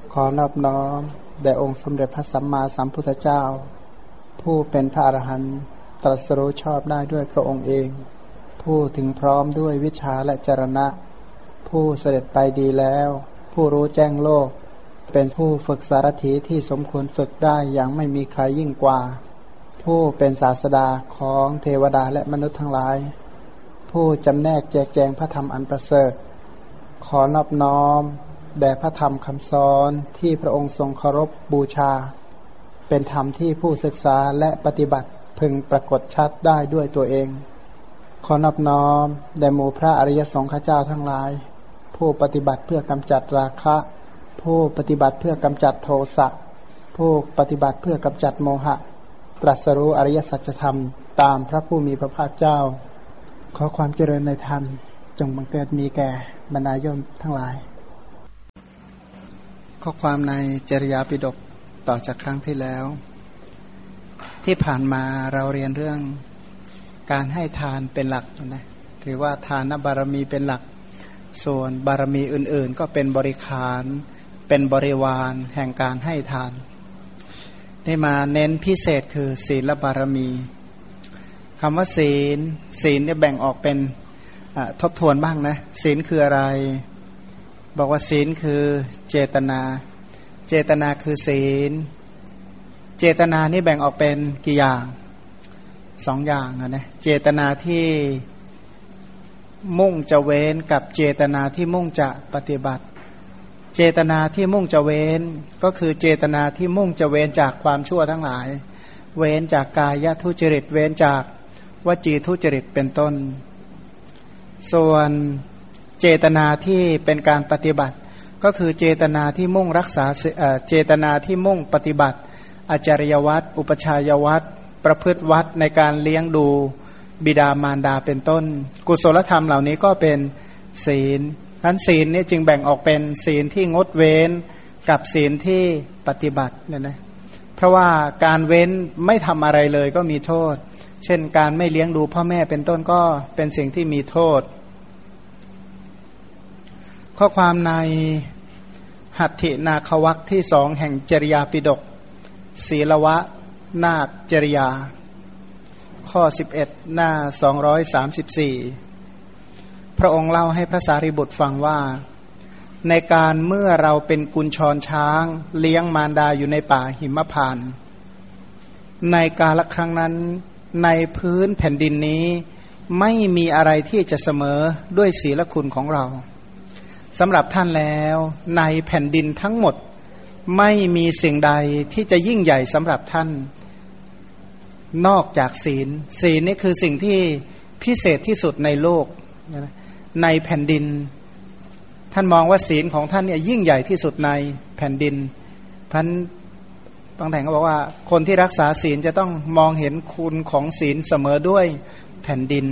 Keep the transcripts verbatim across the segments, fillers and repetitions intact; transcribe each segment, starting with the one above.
ขอนอบน้อมแด่องค์สมเด็จพระสัมมาสัมพุทธเจ้าผู้เป็นพระอรหันต์ตรัสรู้ชอบได้ด้วยพระองค์เองผู้ถึงพร้อมด้วยวิชาและจรณะผู้เสด็จไปดีแล้วผู้รู้แจ้งโลกเป็นผู้ฝึกสารถีที่สมควรฝึกได้อย่างไม่มีใครยิ่งกว่าผู้เป็นศาสดาของเทวดาและมนุษย์ทั้งหลายผู้จำแนกแจกแจงพระธรรมอันประเสริฐขอนอบน้อมแด่พระธรรมคำสอนที่พระองค์ทรงเคารพบูชาเป็นธรรมที่ผู้ศึกษาและปฏิบัติพึงปรากฏชัดได้ด้วยตัวเองขอนอบน้อมแด่หมู่พระอริยสงฆ์เจ้าทั้งหลายผู้ปฏิบัติเพื่อกำจัดราคะผู้ปฏิบัติเพื่อกำจัดโทสะผู้ปฏิบัติเพื่อกำจัดโมหะตรัสรู้อริยสัจธรรมตามพระผู้มีพระภาคเจ้าขอความเจริญในธรรมจงบังเกิดมีแก่บรรดาโยมทั้งหลายข้อความในจริยาปิฎกต่อจากครั้งที่แล้วที่ผ่านมาเราเรียนเรื่องการให้ทานเป็นหลักนะถือว่าทานบารมีเป็นหลักส่วนบารมีอื่นๆก็เป็นบริขารเป็นบริวารแห่งการให้ทานได้มาเน้นพิเศษคือศีลบารมีคำว่าศีลศีลเนี่ยแบ่งออกเป็นทบทวนบ้างนะศีลคืออะไรบอกว่าศีลคือเจตนาเจตนาคือศีลเจตนานี่แบ่งออกเป็นกี่อย่างสองอย่างนะเจตนาที่มุ่งจะเว้นกับเจตนาที่มุ่งจะปฏิบัติเจตนาที่มุ่งจะเว้นก็คือเจตนาที่มุ่งจะเว้นจากความชั่วทั้งหลายเว้นจากกายทุจริตเว้นจากวจีทุจริตเป็นต้นส่วนเจตนาที่เป็นการปฏิบัติก็คือเจตนาที่มุ่งรักษาเจตนาที่มุ่งปฏิบัติอาจาริยวัตรอุปชายวัตรประพฤติวัดในการเลี้ยงดูบิดามารดาเป็นต้นกุศลธรรมเหล่านี้ก็เป็นศีลทั้นศีลนี้จึงแบ่งออกเป็นศีลที่งดเว้นกับศีลที่ปฏิบัติเนี่ยนะเพราะว่าการเว้นไม่ทำอะไรเลยก็มีโทษเช่นการไม่เลี้ยงดูพ่อแม่เป็นต้นก็เป็นสิ่งที่มีโทษข้อความในหัตถินาควรรคที่สองแห่งจริยาปิฎกศีลวะนาคจริยาข้อสิบเอ็ดหน้าสองร้อยสามสิบสี่พระองค์เล่าให้พระสารีบุตรฟังว่าในการเมื่อเราเป็นกุญชรช้างเลี้ยงมารดาอยู่ในป่าหิมพานต์ในกาลครั้งนั้นในพื้นแผ่นดินนี้ไม่มีอะไรที่จะเสมอด้วยศีลคุณของเราสำหรับท่านแล้วในแผ่นดินทั้งหมดไม่มีสิ่งใดที่จะยิ่งใหญ่สำหรับท่านนอกจากศีลศีลนี่คือสิ่งที่พิเศษที่สุดในโลกในแผ่นดินท่านมองว่าศีลของท่านเนี่ยยิ่งใหญ่ที่สุดในแผ่นดินพันบางแห่งก็บอกว่าคนที่รักษาศีลจะต้องมองเห็นคุณของศีลเสมอด้วยแผ่นดิน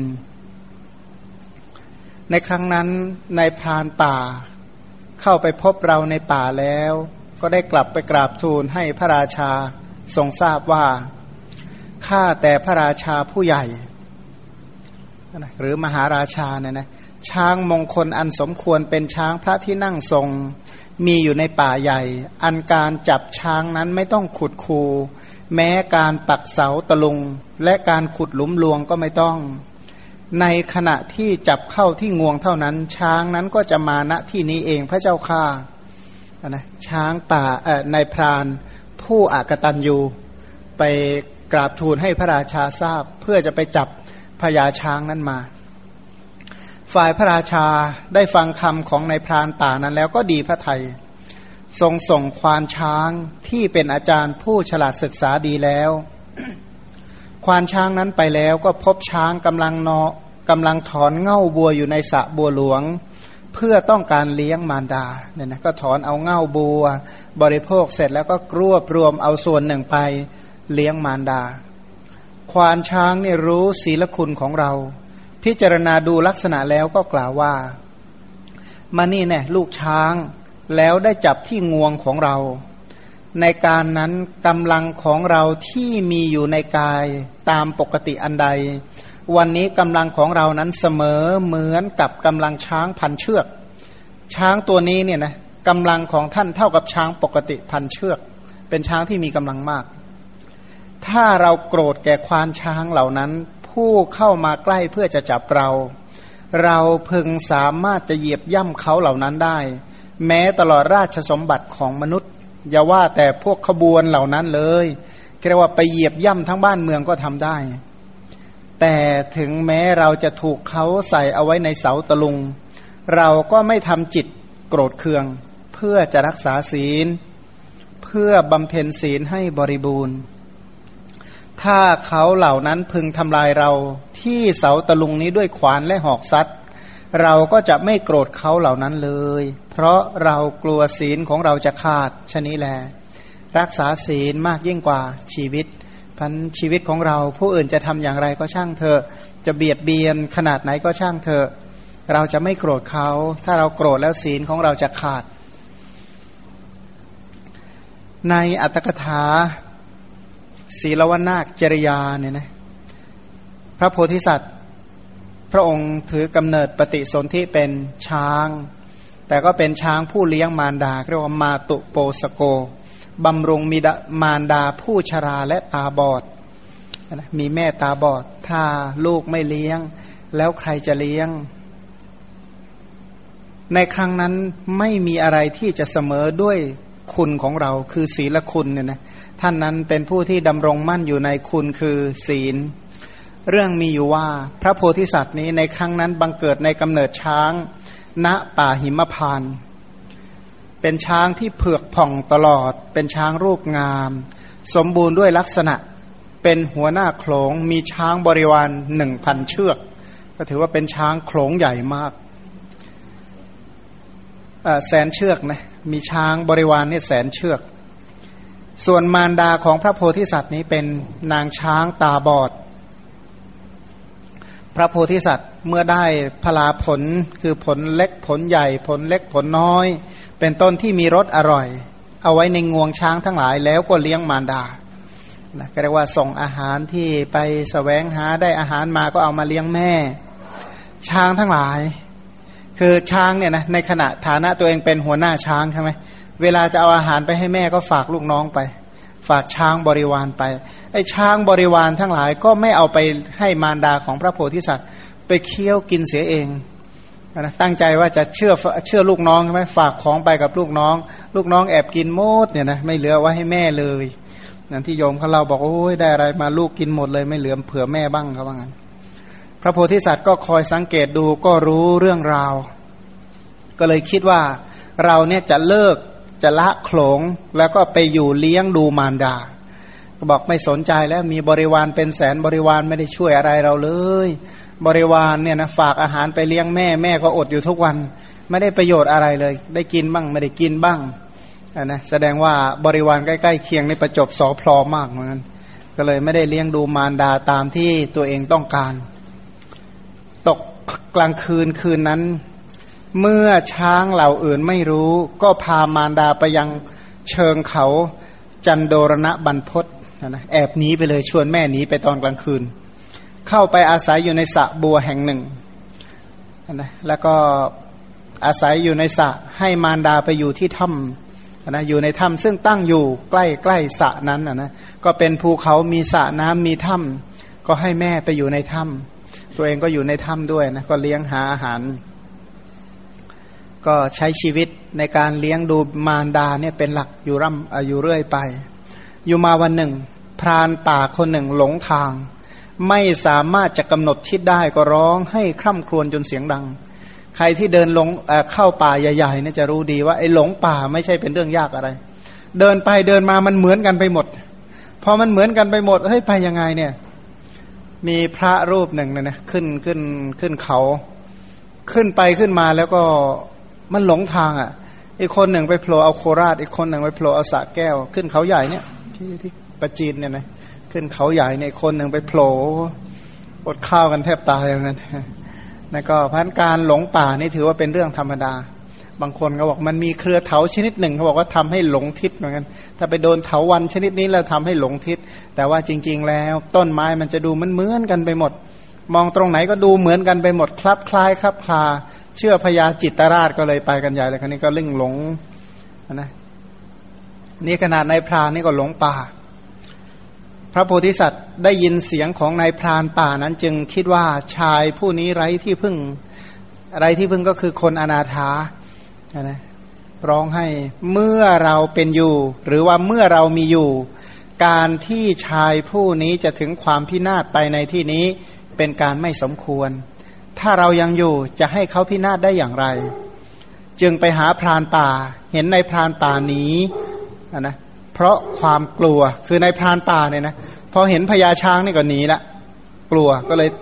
ในครั้งนั้นนายพรานป่าเข้าไปพบเราในป่าแล้วก็ได้กลับไปกราบทูลให้พระราชาทรงทราบว่าข้าแต่พระราชาผู้ใหญ่หรือมหาราชาเนี่ยนะช้างมงคลอันสมควรเป็นช้างพระที่นั่งทรงมีอยู่ในป่าใหญ่อันการจับช้างนั้นไม่ต้องขุดคูแม้การปักเสาตะลุงและการขุดหลุมลวงก็ไม่ต้องในขณะที่จับเข้าที่งวงเท่านั้นช้างนั้นก็จะมาณที่นี้เองพระเจ้าข้านะช้างป่าเอ่อนายพรานผู้อกตัญญูไปกราบทูลให้พระราชาทราบเพื่อจะไปจับพญาช้างนั้นมาฝ่ายพระราชาได้ฟังคำของนายพรานป่านั้นแล้วก็ดีพระทัยทรงส่งควานช้างที่เป็นอาจารย์ผู้ฉลาดศึกษาดีแล้ว ควานช้างนั้นไปแล้วก็พบช้างกำลังนอกำลังถอนเง่าบัวอยู่ในสระบัวหลวงเพื่อต้องการเลี้ยงมารดาเนี่ยนะก็ถอนเอาเง่าบัวบริโภคเสร็จแล้วก็รวบรวมเอาส่วนหนึ่งไปเลี้ยงมารดาควานช้างเนี่ยรู้ศีลคุณของเราพิจารณาดูลักษณะแล้วก็กล่าวว่ามานี่แน่ลูกช้างแล้วได้จับที่งวงของเราในการนั้นกำลังของเราที่มีอยู่ในกายตามปกติอันใดวันนี้กำลังของเรานั้นเสมอเหมือนกับกำลังช้างพันเชือก ช้างตัวนี้เนี่ยนะกำลังของท่านเท่ากับช้างปกติพันเชือกเป็นช้างที่มีกำลังมากถ้าเราโกรธแก่ควานช้างเหล่านั้นผู้เข้ามาใกล้เพื่อจะจับเราเราพึงสามารถจะเหยียบย่ำเขาเหล่านั้นได้แม้ตลอดราชสมบัติของมนุษย์อย่าว่าแต่พวกขบวนเหล่านั้นเลยเรียกว่าไปเหยียบย่ำทั้งบ้านเมืองก็ทำได้แต่ถึงแม้เราจะถูกเขาใส่เอาไว้ในเสาตะลุงเราก็ไม่ทำจิตโกรธเคืองเพื่อจะรักษาศีลเพื่อบำเพ็ญศีลให้บริบูรณ์ถ้าเขาเหล่านั้นพึงทำลายเราที่เสาตะลุงนี้ด้วยขวานและหอกซัดเราก็จะไม่โกรธเขาเหล่านั้นเลยเพราะเรากลัวศีลของเราจะขาดชะนี้แลรักษาศีลมากยิ่งกว่าชีวิตพันชีวิตของเราผู้อื่นจะทำอย่างไรก็ช่างเถอะจะเบียดเบียนขนาดไหนก็ช่างเถอะเราจะไม่โกรธเขาถ้าเราโกรธแล้วศีลของเราจะขาดในอัตถกถาศีลวนาคจริยาเนี่ยนะพระโพธิสัตว์พระองค์ถือกำเนิดปฏิสนธิเป็นช้างแต่ก็เป็นช้างผู้เลี้ยงมารดาเรียกว่ามาตุโปสโกบำรุงมีมารดาผู้ชราและตาบอดมีแม่ตาบอดถ้าลูกไม่เลี้ยงแล้วใครจะเลี้ยงในครั้งนั้นไม่มีอะไรที่จะเสมอด้วยคุณของเราคือศีลคุณเนี่ยนะท่านนั้นเป็นผู้ที่ดำรงมั่นอยู่ในคุณคือศีลเรื่องมีอยู่ว่าพระโพธิสัตว์นี้ในครั้งนั้นบังเกิดในกำเนิดช้างณป่าหิมพานต์เป็นช้างที่เผือกผ่องตลอดเป็นช้างรูปงามสมบูรณ์ด้วยลักษณะเป็นหัวหน้าโขลงมีช้างบริวารหนึ่งพันเชือกก็ถือว่าเป็นช้างโขลงใหญ่มากแสนเชือกนะมีช้างบริวารนี่แสนเชือกส่วนมารดาของพระโพธิสัตว์นี้เป็นนางช้างตาบอดพระโพธิสัตว์เมื่อได้พลาผลคือผลเล็กผลใหญ่ผลเล็กผลน้อยเป็นต้นที่มีรสอร่อยเอาไว้ในงวงช้างทั้งหลายแล้วก็เลี้ยงมารดานะก็เรียกว่าส่งอาหารที่ไปแสวงหาได้อาหารมาก็เอามาเลี้ยงแม่ช้างทั้งหลายคือช้างเนี่ยนะในขณะฐานะตัวเองเป็นหัวหน้าช้างใช่ไหมเวลาจะเอาอาหารไปให้แม่ก็ฝากลูกน้องไปฝากช้างบริวารไปไอ้ช้างบริวารทั้งหลายก็ไม่เอาไปให้มารดาของพระโพธิสัตว์ไปเคี้ยวกินเสียเองนะตั้งใจว่าจะเชื่อเชื่อลูกน้องใช่ไหมฝากของไปกับลูกน้องลูกน้องแอบกินหมดเนี่ยนะไม่เหลือไว้ให้แม่เลยนั่นที่โยมเขาเราบอกโอ้ยได้อะไรมาลูกกินหมดเลยไม่เหลือเผื่อแม่บ้างเขาว่างั้นพระโพธิสัตว์ก็คอยสังเกตดูก็รู้เรื่องราวก็เลยคิดว่าเราเนี่ยจะเลิกจะละโขลงแล้วก็ไปอยู่เลี้ยงดูมารดาก็บอกไม่สนใจแล้วมีบริวารเป็นแสนบริวารไม่ได้ช่วยอะไรเราเลยบริวารเนี่ยนะฝากอาหารไปเลี้ยงแม่แม่ก็อดอยู่ทุกวันไม่ได้ประโยชน์อะไรเลยได้กินบ้างไม่ได้กินบ้างนะแสดงว่าบริวารใกล้ๆเคียงในประจบสอพลอมากเหมือนกันก็เลยไม่ได้เลี้ยงดูมารดาตามที่ตัวเองต้องการตกกลางคืนคืนนั้นเมื่อช้างเหล่าอื่นไม่รู้ก็พามารดาไปยังเชิงเขาจันโดรณบรรพตนะแอบหนีไปเลยชวนแม่หนีไปตอนกลางคืนเข้าไปอาศัยอยู่ในสระบัวแห่งหนึ่งนะแล้วก็อาศัยอยู่ในสระให้มารดาไปอยู่ที่ถ้ำนะอยู่ในถ้ำซึ่งตั้งอยู่ใกล้ใกล้สระนั้นนะก็เป็นภูเขามีสระน้ำมีถ้ำก็ให้แม่ไปอยู่ในถ้ำตัวเองก็อยู่ในถ้ำด้วยนะก็เลี้ยงหาอาหารก็ใช้ชีวิตในการเลี้ยงดูมารดาเนี่ยเป็นหลักอยู่ร่ำอยู่เรื่อยไปอยู่มาวันหนึ่งพรานป่าคนหนึ่งหลงทางไม่สามารถจะกำหนดทิศได้ก็ร้องให้คร่ำครวญจนเสียงดังใครที่เดินลงเอ่อเข้าป่าใหญ่ๆเนี่ยจะรู้ดีว่าไอ้หลงป่าไม่ใช่เป็นเรื่องยากอะไรเดินไปเดินมามันเหมือนกันไปหมดพอมันเหมือนกันไปหมดเฮ้ยไปยังไงเนี่ยมีพระรูปหนึ่งเนี่ยนะขึ้นขึ้นขึ้นเขาขึ้นไปขึ้นมาแล้วก็มันหลงทางอ่ะอีกคนหนึ่งไปโผล่เอาโคราชอีกคนหนึ่งไปโผล่เอาสระแก้วขึ้นเขาใหญ่เนี่ยที่ที่ประจีนเนี่ยนะขึ้นเขาใหญ่เนี่ยคนหนึ่งไปโผล่อดข้าวกันแทบตายอย่างนั้นแล้วก็พันการหลงป่านี่ถือว่าเป็นเรื่องธรรมดาบางคนก็บอกมันมีเครือเถาชนิดหนึ่งเขาบอกว่าทำให้หลงทิศเหมือนกันถ้าไปโดนเถาวัลย์ชนิดนี้แล้วทำให้หลงทิศแต่ว่าจริงๆแล้วต้นไม้มันจะดูเหมือนกันไปหมดมองตรงไหนก็ดูเหมือนกันไปหมดคลับคล้ายคลับคลาเชื่อพญาจิตรราชก็เลยไปกันใหญ่เลยคราวนี้ก็ลิ่งหลงนะนี่ขนาดนายพรานนี่ก็หลงป่าพระโพธิสัตว์ได้ยินเสียงของนายพรานป่านั้นจึงคิดว่าชายผู้นี้ไร้ที่พึ่งไร้ที่พึ่งก็คือคนอนาถานะร้องให้เมื่อเราเป็นอยู่หรือว่าเมื่อเรามีอยู่การที่ชายผู้นี้จะถึงความพินาศไปในที่นี้เป็นการไม่สมควรถ้าเรายังอยู่จะให้เขาพินาศได้อย่างไรจึงไปหาพรานป่าเห็นในพรานป่าหนีนะเพราะความกลัวคือในพรานป่าเนี่ยนะพอเห็นพญาช้างนี่ก็หนีละกลัวก็เลย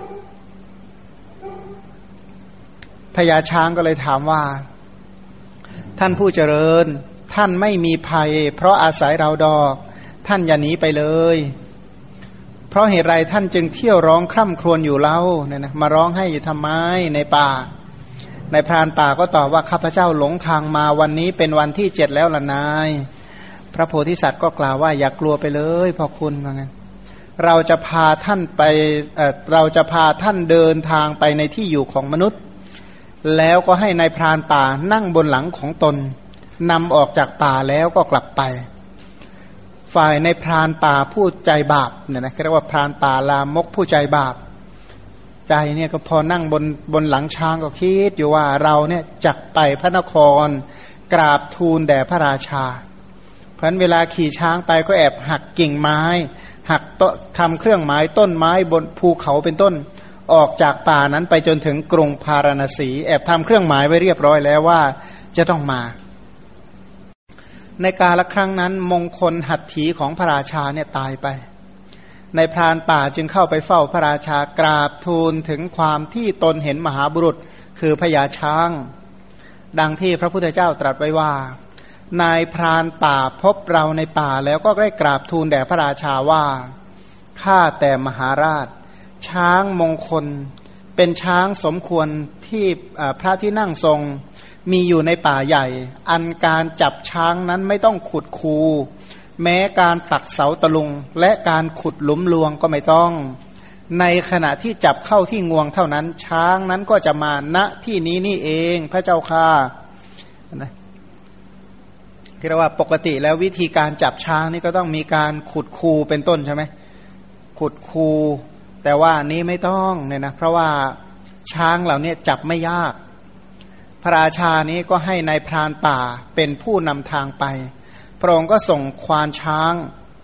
พญาช้างก็เลยถามว่าท่านผู้เจริญท่านไม่มีภัยเพราะอาศัยเราดอกท่านอย่าหนีไปเลยเพราะเหตุไรท่านจึงเที่ยวร้องคร่ำครวญอยู่เล่าเนี่ยนะมาร้องให้ทำไมในป่าในพรานป่าก็ตอบว่าข้าพเจ้าหลงทางมาวันนี้เป็นวันที่เจ็ดแล้วล่ะนายพระโพธิสัตว์ก็กล่าวว่าอย่ากลัวไปเลยพ่อคุณว่างั้นเราจะพาท่านไปเอ่อเราจะพาท่านเดินทางไปในที่อยู่ของมนุษย์แล้วก็ให้ในายพรานป่านั่งบนหลังของตนนำออกจากป่าแล้วก็กลับไปฝ่ายในพรานป่าผู้ใจบาปเนี่ยนะเรียกว่าพรานป่าลามกผู้ใจบาปใจเนี่ยก็พอนั่งบนบนหลังช้างก็คิดอยู่ว่าเราเนี่ยจักไปพระนครกราบทูลแด่พระราชาเพราะฉะนั้นเวลาขี่ช้างไปก็แอบหักกิ่งไม้หักโต๊ะทำเครื่องหมายต้นไม้บนภูเขาเป็นต้นออกจากป่านั้นไปจนถึงกรุงพาราณสีแอบทำเครื่องหมายไว้เรียบร้อยแล้วว่าจะต้องมาในกาลครั้งนั้นมงคลหัตถีของพระราชาเนี่ยตายไปในพรานป่าจึงเข้าไปเฝ้าพระราชากราบทูลถึงความที่ตนเห็นมหาบุรุษคือพญาช้างดังที่พระพุทธเจ้าตรัสไว้ว่านายพรานป่าพบเราในป่าแล้วก็ได้กราบทูลแด่พระราชาว่าข้าแต่มหาราชช้างมงคลเป็นช้างสมควรที่พระที่นั่งทรงมีอยู่ในป่าใหญ่อันการจับช้างนั้นไม่ต้องขุดคูแม้การตักเสาตะลุงและการขุดหลุมลวงก็ไม่ต้องในขณะที่จับเข้าที่งวงเท่านั้นช้างนั้นก็จะมาณที่นี้นี่เองพระเจ้าข้านะที่เรียกว่าปกติแล้ววิธีการจับช้างนี่ก็ต้องมีการขุดคูเป็นต้นใช่ไหมขุดคูแต่ว่านี้ไม่ต้องเนี่ยนะเพราะว่าช้างเหล่านี้จับไม่ยากพระราชานี้ก็ให้นายพรานป่าเป็นผู้นำทางไปพระองค์ก็ส่งควานช้าง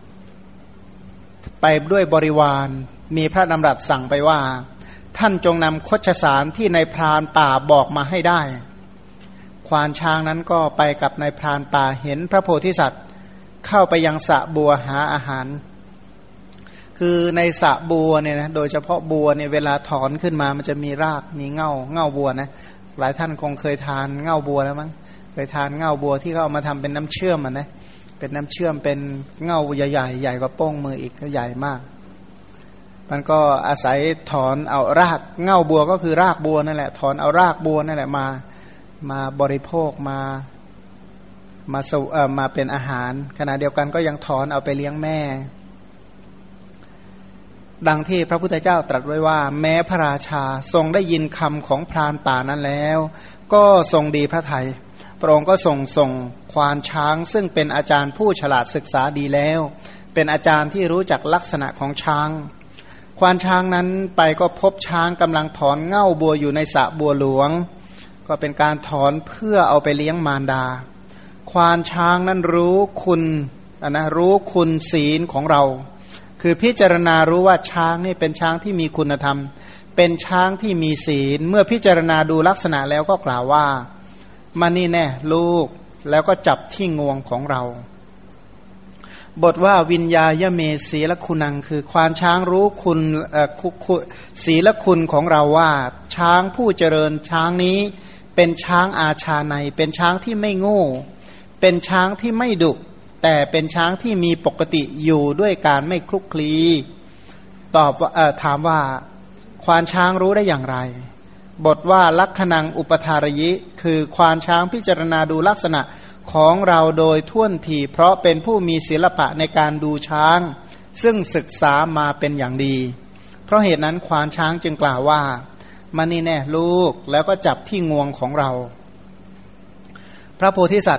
ไปด้วยบริวารมีพระดำรัสสั่งไปว่าท่านจงนำคชสารที่นายพรานป่าบอกมาให้ได้ควานช้างนั้นก็ไปกับนายพรานป่าเห็นพระโพธิสัตว์เข้าไปยังสระบัวหาอาหารคือในสระบัวเนี่ยนะโดยเฉพาะบัวเนี่ยเวลาถอนขึ้นมามันจะมีรากมีเง่าเง่าบัวนะหลายท่านคงเคยทานเง่าบัวแล้วมั้งเคยทานเง่าบัวที่เขาเอามาทำเป็นน้ำเชื่อมอ่ะนะเป็นน้ำเชื่อมเป็นเง่าใหญ่ๆใหญ่กว่าโป้งมืออีกก็ใหญ่มากมันก็อาศัยถอนเอารากเง่าบัวก็คือรากบัวนั่นแหละถอนเอารากบัวนั่นแหละมามาบริโภคมามาสู่เอ่อมาเป็นอาหารขณะเดียวกันก็ยังถอนเอาไปเลี้ยงแม่ดังที่พระพุทธเจ้าตรัสไว้ว่าแม้พระราชาทรงได้ยินคำของพรานป่านั้นแล้วก็ทรงดีพระทัยพระองค์ก็ส่งส่งควานช้างซึ่งเป็นอาจารย์ผู้ฉลาดศึกษาดีแล้วเป็นอาจารย์ที่รู้จักลักษณะของช้างควานช้างนั้นไปก็พบช้างกำลังถอนเง่าบัวอยู่ในสระบัวหลวงก็เป็นการถอนเพื่อเอาไปเลี้ยงมารดาควานช้างนั้นรู้คุณนะรู้คุณศีลของเราคือพิจารณารู้ว่าช้างนี่เป็นช้างที่มีคุณธรรมเป็นช้างที่มีศีลเมื่อพิจารณาดูลักษณะแล้วก็กล่าวว่ามานี่แน่ลูกแล้วก็จับที่งวงของเราบทว่าวิญญาณเมศีลคุณังคือควานช้างรู้คุณเอ่อศีลคุณของเราว่าช้างผู้เจริญช้างนี้เป็นช้างอาชาไนเป็นช้างที่ไม่โง่เป็นช้างที่ไม่ดุแต่เป็นช้างที่มีปกติอยู่ด้วยการไม่คลุกคลีตอบว่าเอ่อถามว่าควานช้างรู้ได้อย่างไรบทว่าลักขณังอุปทารยิคือควานช้างพิจารณาดูลักษณะของเราโดยท่วนทีเพราะเป็นผู้มีศิลปะในการดูช้างซึ่งศึกษามาเป็นอย่างดีเพราะเหตุนั้นควานช้างจึงกล่าวว่ามานี่แน่ลูกแล้วก็จับที่งวงของเราพระโพธิสัตว์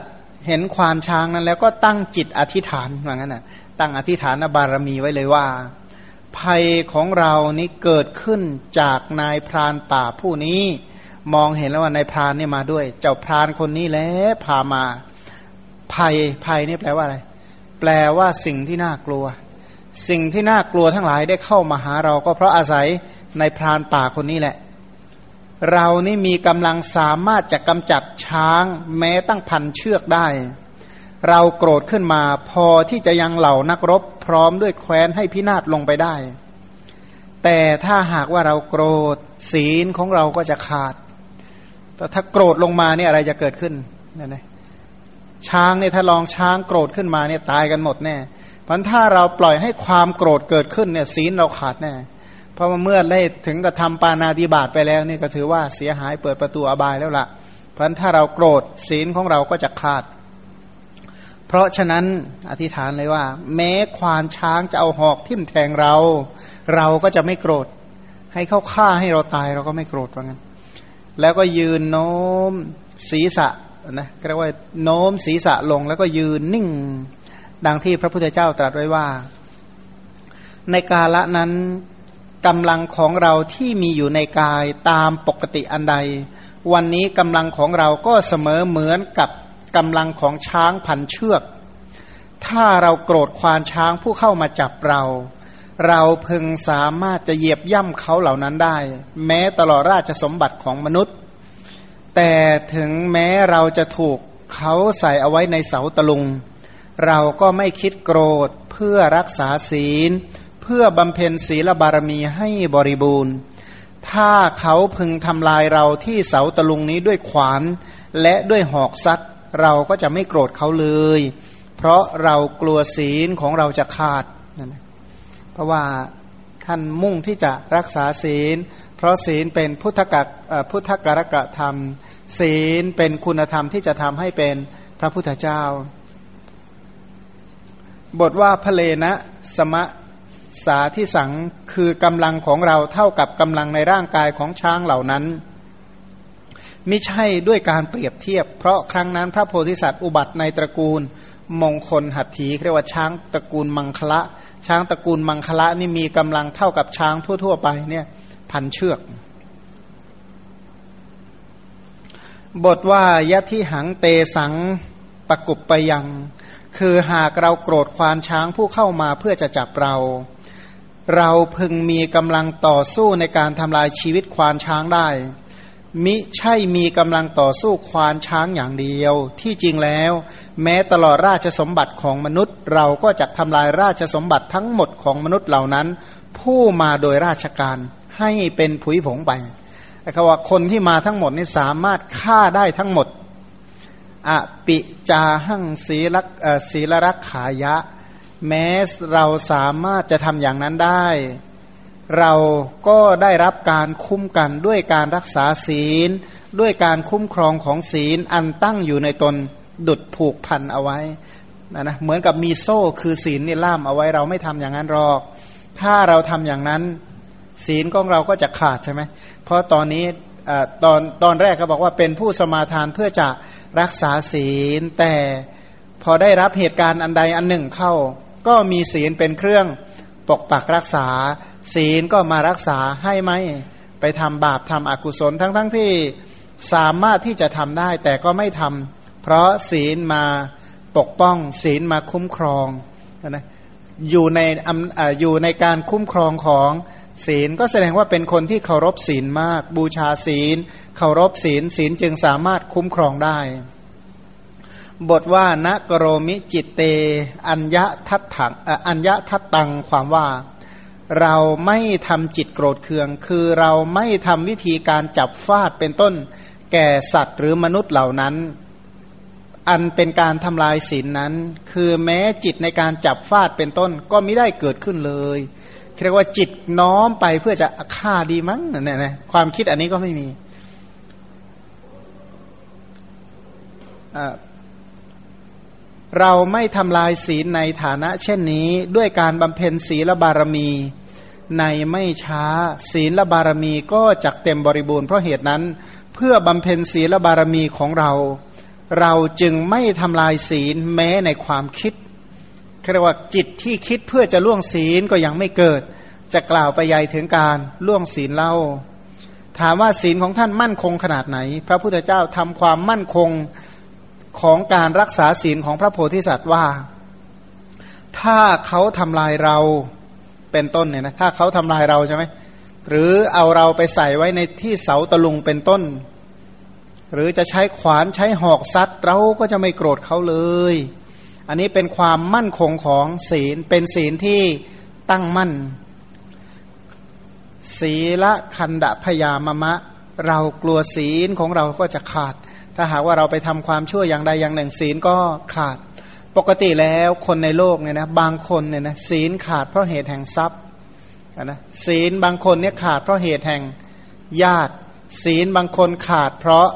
เห็นควานช้างนั้นแล้วก็ตั้งจิตอธิษฐานว่างั้นน่ะตั้งอธิษฐานบารมีไว้เลยว่าภัยของเรานี้เกิดขึ้นจากนายพรานป่าผู้นี้มองเห็นแล้วว่านายพรานนี่มาด้วยเจ้าพรานคนนี้แหละพามาภัยภัยนี่แปลว่าอะไรแปลว่าสิ่งที่น่ากลัวสิ่งที่น่ากลัวทั้งหลายได้เข้ามาหาเราก็เพราะอาศัยนายพรานป่าคนนี้แหละเรานี่มีกำลังสามารถจะกำจัดช้างแม้ตั้งพันเชือกได้เราโกรธขึ้นมาพอที่จะยังเหล่านักรบพร้อมด้วยแคว้นให้พินาศลงไปได้แต่ถ้าหากว่าเราโกรธศีลของเราก็จะขาดแต่ถ้าโกรธลงมาเนี่ยอะไรจะเกิดขึ้นนั่นไงช้างเนี่ยถ้าลองช้างโกรธขึ้นมาเนี่ยตายกันหมดแน่เพราะถ้าเราปล่อยให้ความโกรธเกิดขึ้นเนี่ยศีลเราขาดแน่เพราะว่าเมื่อได้ถึงกับทำปาณาติบาตไปแล้วนี่ก็ถือว่าเสียหายเปิดประตูอบายแล้วล่ะเพราะถ้าเราโกรธศีลของเราก็จะขาดเพราะฉะนั้นอธิษฐานเลยว่าแม้ควานช้างจะเอาหอกทิ่มแทงเราเราก็จะไม่โกรธให้เขาฆ่าให้เราตายเราก็ไม่โกรธว่างั้นแล้วก็ยืนโน้มศีรษะนะเรียกว่าโน้มศีรษะลงแล้วก็ยืนนิ่งดังที่พระพุทธเจ้าตรัสไว้ว่าในกาลนั้นกำลังของเราที่มีอยู่ในกายตามปกติอันใดวันนี้กำลังของเราก็เสมอเหมือนกับกำลังของช้างพันเชือกถ้าเราโกรธควานช้างผู้เข้ามาจับเราเราพึงสามารถจะเหยียบย่ำเขาเหล่านั้นได้แม้ตลอดราชสมบัติของมนุษย์แต่ถึงแม้เราจะถูกเขาใส่เอาไว้ในเสาตะลุงเราก็ไม่คิดโกรธเพื่อรักษาศีลเพื่อบำเพ็ญศีลบารมีให้บริบูรณ์ถ้าเขาพึงทำลายเราที่เสาตะลุงนี้ด้วยขวานและด้วยหอกซัดเราก็จะไม่โกรธเขาเลยเพราะเรากลัวศีลของเราจะขาดนั่นนะเพราะว่าท่านมุ่งที่จะรักษาศีลเพราะศีลเป็นพุทธกักพุทธการกธรรมศีลเป็นคุณธรรมที่จะทำให้เป็นพระพุทธเจ้าบทว่าพระเลนะสมะสาที่สังคือกำลังของเราเท่ากับกำลังในร่างกายของช้างเหล่านั้นมิใช่ด้วยการเปรียบเทียบเพราะครั้งนั้นพระโพธิสัตว์อุบัติในตระกูลมงคลหัตถีเรียกว่าช้างตระกูลมังคละช้างตระกูลมังคละนี่มีกำลังเท่ากับช้างทั่วๆไปเนี่ยพันเชือกบทว่ายะทิหังเตสังปกุปปยังคือหากเราโกรธควานช้างผู้เข้ามาเพื่อจะจับเราเราพึงมีกำลังต่อสู้ในการทำลายชีวิตควานช้างได้มิใช่มีกำลังต่อสู้ควานช้างอย่างเดียวที่จริงแล้วแม้ตลอดราชสมบัติของมนุษย์เราก็จะทำลายราชสมบัติทั้งหมดของมนุษย์เหล่านั้นผู้มาโดยราชการให้เป็นผุยผงไปแต่คำว่าคนที่มาทั้งหมดนี่สามารถฆ่าได้ทั้งหมดอปิจาหังศีลักศีลรักขายะแม้เราสามารถจะทำอย่างนั้นได้เราก็ได้รับการคุ้มกันด้วยการรักษาศีลด้วยการคุ้มครองของศีลอันตั้งอยู่ในตนดุจผูกพันเอาไว้นะนะเหมือนกับมีโซ่คือศีลนี่ล่ามเอาไว้เราไม่ทำอย่างนั้นหรอกถ้าเราทำอย่างนั้นศีลของเราก็จะขาดใช่ไหมเพราะตอนนี้ตอนตอนแรกเขาบอกว่าเป็นผู้สมาทานเพื่อจะรักษาศีลแต่พอได้รับเหตุการณ์อันใดอันหนึ่งเข้าก็มีศีลเป็นเครื่องปกปักรักษาศีลก็มารักษาให้ไหมไปทำบาปทำอกุศลทั้งทั้งที่สามารถที่จะทำได้แต่ก็ไม่ทำเพราะศีลมาปกป้องศีลมาคุ้มครองนะอยู่ในอยู่ในการคุ้มครองของศีลก็แสดงว่าเป็นคนที่เคารพศีลมากบูชาศีลเคารพศีลศีลจึงสามารถคุ้มครองได้บทว่านะกโรมิจิตเตอัญญทัตถังอัญญทัตตังความว่าเราไม่ทำจิตโกรธเคืองคือเราไม่ทำวิธีการจับฟาดเป็นต้นแก่สัตว์หรือมนุษย์เหล่านั้นอันเป็นการทำลายศีลนั้นคือแม้จิตในการจับฟาดเป็นต้นก็ไม่ได้เกิดขึ้นเลยเรียกว่าจิตน้อมไปเพื่อจะฆ่าดีมั้งเนี่ยนะความคิดอันนี้ก็ไม่มีเราไม่ทำลายศีลในฐานะเช่นนี้ด้วยการบำเพ็ญศีลบารมีในไม่ช้าศีลบารมีก็จักเต็มบริบูรณ์เพราะเหตุนั้นเพื่อบำเพ็ญศีลบารมีของเราเราจึงไม่ทำลายศีลแม้ในความคิดเรียกว่าจิตที่คิดเพื่อจะล่วงศีลก็ยังไม่เกิดจะกล่าวไปใหญ่ถึงการล่วงศีลเล่าถามว่าศีลของท่านมั่นคงขนาดไหนพระพุทธเจ้าทำความมั่นคงของการรักษาศีลของพระโพธิสัตว์ว่าถ้าเขาทำลายเราเป็นต้นเนี่ยนะถ้าเขาทำลายเราใช่ไหมหรือเอาเราไปใส่ไว้ในที่เสาตะลุงเป็นต้นหรือจะใช้ขวานใช้หอกซัดเราก็จะไม่โกรธเขาเลยอันนี้เป็นความมั่นคงของศีลเป็นศีลที่ตั้งมั่นศีลคันดะพยามะมะเรากลัวศีลของเราก็จะขาดถ้าหากว่าเราไปทำความชั่วอย่างใดอย่างหนึ่งศีลก็ขาดปกติแล้วคนในโลกเนี่ยนะบางคนเนี่ยนะศีลขาดเพราะเหตุแห่งทรัพย์นะศีลบางคนเนี่ยขาดเพราะเหตุแห่งญาติศีลบางคนขาดเพราะ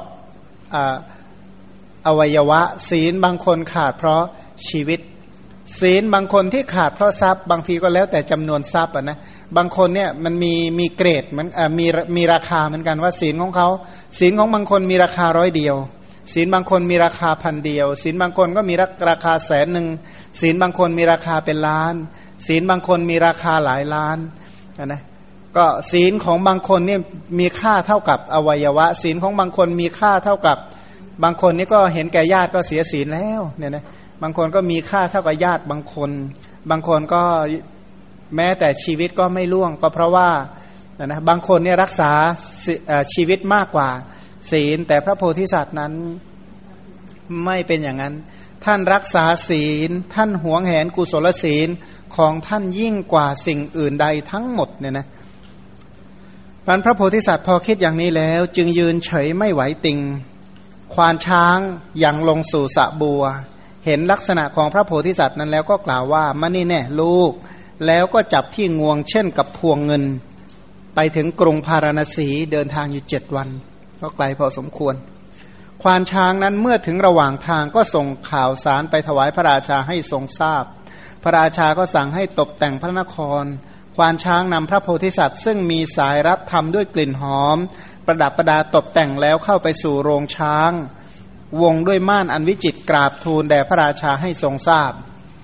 อวัยวะศีลบางคนขาดเพราะชีวิตศีลบางคนที่ขาดเพราะทรัพย์บางทีก็แล้วแต่จำนวนทรัพย์อ่ะนะบางคนเนี่ยมันมีมีเกรดมันมีมีราคาเหมือนกันว่าศีลของเขาศีลของบางคนมีราคาร้อยเดียวศีลบางคนมีราคาพันเดียวศีลบางคนก็มีราคาแสนหนึ่งศีลบางคนมีราคาเป็นล้านศีลบางคนมีราคาหลายล้านนะก็ศีลของบางคนเนี่ยมีค่าเท่ากับอวัยวะศีลของบางคนมีค่าเท่ากับบางคนนี่ก็เห็นแก่ญาติก็เสียศีลแล้วเนี่ยนะบางคนก็มีค่าเท่ากับญาติบางคนบางคนก็แม้แต่ชีวิตก็ไม่ล่วงก็เพราะว่านะบางคนเนี่ยรักษาชีวิตมากกว่าศีลแต่พระโพธิสัตว์นั้นไม่เป็นอย่างนั้นท่านรักษาศีลท่านหวงแหนกุศลศีลของท่านยิ่งกว่าสิ่งอื่นใดทั้งหมดเนี่ยนะพระโพธิสัตว์พอคิดอย่างนี้แล้วจึงยืนเฉยไม่ไหวติงควานช้างยังลงสู่สระบัวเห็นลักษณะของพระโพธิสัตว์นั้นแล้วก็กล่าวว่ามานี่แน่ลูกแล้วก็จับที่งวงเช่นกับพวงเงินไปถึงกรุงพาราณสีเดินทางอยู่เจ็ดวันก็ไกลพอสมควรควานช้างนั้นเมื่อถึงระหว่างทางก็ส่งข่าวสารไปถวายพระราชาให้ทรงทราบพระราชาก็สั่งให้ตกแต่งพระนครควานช้างนำพระโพธิสัตว์ซึ่งมีสายรัดทำด้วยกลิ่นหอมประดับประดาตกแต่งแล้วเข้าไปสู่โรงช้างวงด้วยม่านอันวิจิตรกราบทูลแด่พระราชาให้ทรงทราบ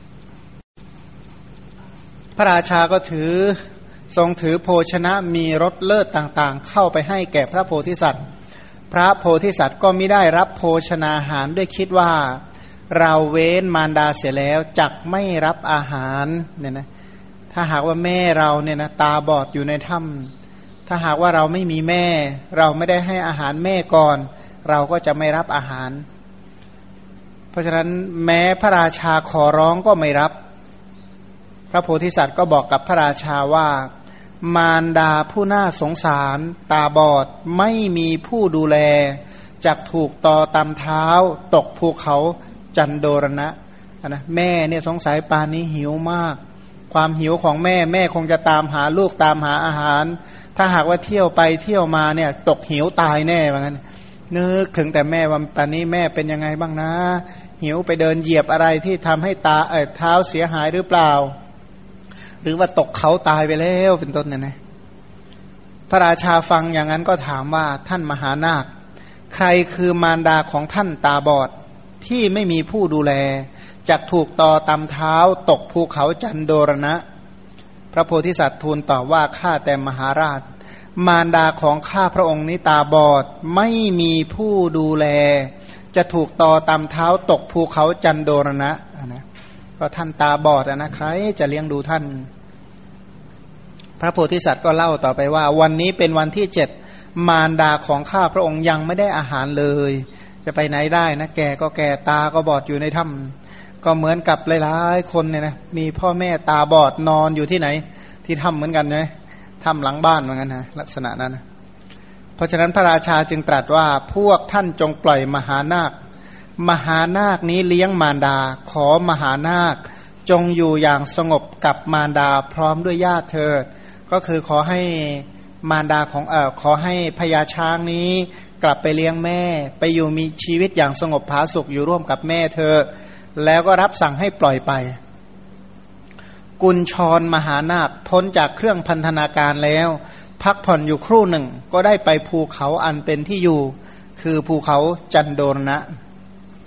พระราชาก็ถือทรงถือโภชนะมีรสเลิศต่างๆเข้าไปให้แก่พระโพธิสัตว์พระโพธิสัตว์ก็มิได้รับโภชนาหารด้วยคิดว่าเราเว้นมารดาเสียแล้วจักไม่รับอาหารเนี่ยนะถ้าหากว่าแม่เราเนี่ยนะตาบอดอยู่ในถ้ำถ้าหากว่าเราไม่มีแม่เราไม่ได้ให้อาหารแม่ก่อนเราก็จะไม่รับอาหารเพราะฉะนั้นแม้พระราชาขอร้องก็ไม่รับพระโพธิสัตว์ก็บอกกับพระราชาว่ามารดาผู้น่าสงสารตาบอดไม่มีผู้ดูแลจักถูกตอตำเท้าตกภูเขาจันโดรณะนะแม่เนี่ยสงสัยปานนี้หิวมากความหิวของแม่แม่คงจะตามหาลูกตามหาอาหารถ้าหากว่าเที่ยวไปเที่ยวมาเนี่ยตกหิวตายแน่ว่างั้นนึกถึงแต่แม่ว่าตอนนี้แม่เป็นยังไงบ้างนะหิวไปเดินเหยียบอะไรที่ทำให้ตาเอ่อเท้าเสียหายหรือเปล่าหรือว่าตกเขาตายไปแล้วเป็นต้นเนี่ยนะพระราชาฟังอย่างนั้นก็ถามว่าท่านมหานาคใครคือมารดาของท่านตาบอดที่ไม่มีผู้ดูแลจักถูกตอตำเท้าตกภูเขาจันโดรณะพระโพธิสัตว์ทูลตอบว่าข้าแต่มหาราชมารดาของข้าพระองค์นี้ตาบอดไม่มีผู้ดูแลจะถูกตอตำเท้าตกภูเขาจันโดรณะนะก็ท่านตาบอดนะใครจะเลี้ยงดูท่านพระโพธิสัตว์ก็เล่าต่อไปว่าวันนี้เป็นวันที่เจ็ดมารดาของข้าพระองค์ยังไม่ได้อาหารเลยจะไปไหนได้นะแก่ก็แก่ตาก็บอดอยู่ในถ้ำก็เหมือนกับหลายๆคนเนี่ยนะมีพ่อแม่ตาบอดนอนอยู่ที่ไหนที่ถ้ำเหมือนกันนะถ้ำหลังบ้านเหมือนกันนะลักษณะนั้นนะเพราะฉะนั้นพระราชาจึงตรัสว่าพวกท่านจงปล่อยมหานาคมหานาคนี้เลี้ยงมารดาขอมหานาคจงอยู่อย่างสงบกับมารดาพร้อมด้วยญาติเถิดก็คือขอให้มารดาของเอ่อขอให้พญาช้างนี้กลับไปเลี้ยงแม่ไปอยู่มีชีวิตอย่างสงบผาสุกอยู่ร่วมกับแม่เธอแล้วก็รับสั่งให้ปล่อยไปกุญชรมหานาคพ้นจากเครื่องพันธนาการแล้วพักผ่อนอยู่ครู่หนึ่งก็ได้ไปภูเขาอันเป็นที่อยู่คือภูเขาจันโดรณะ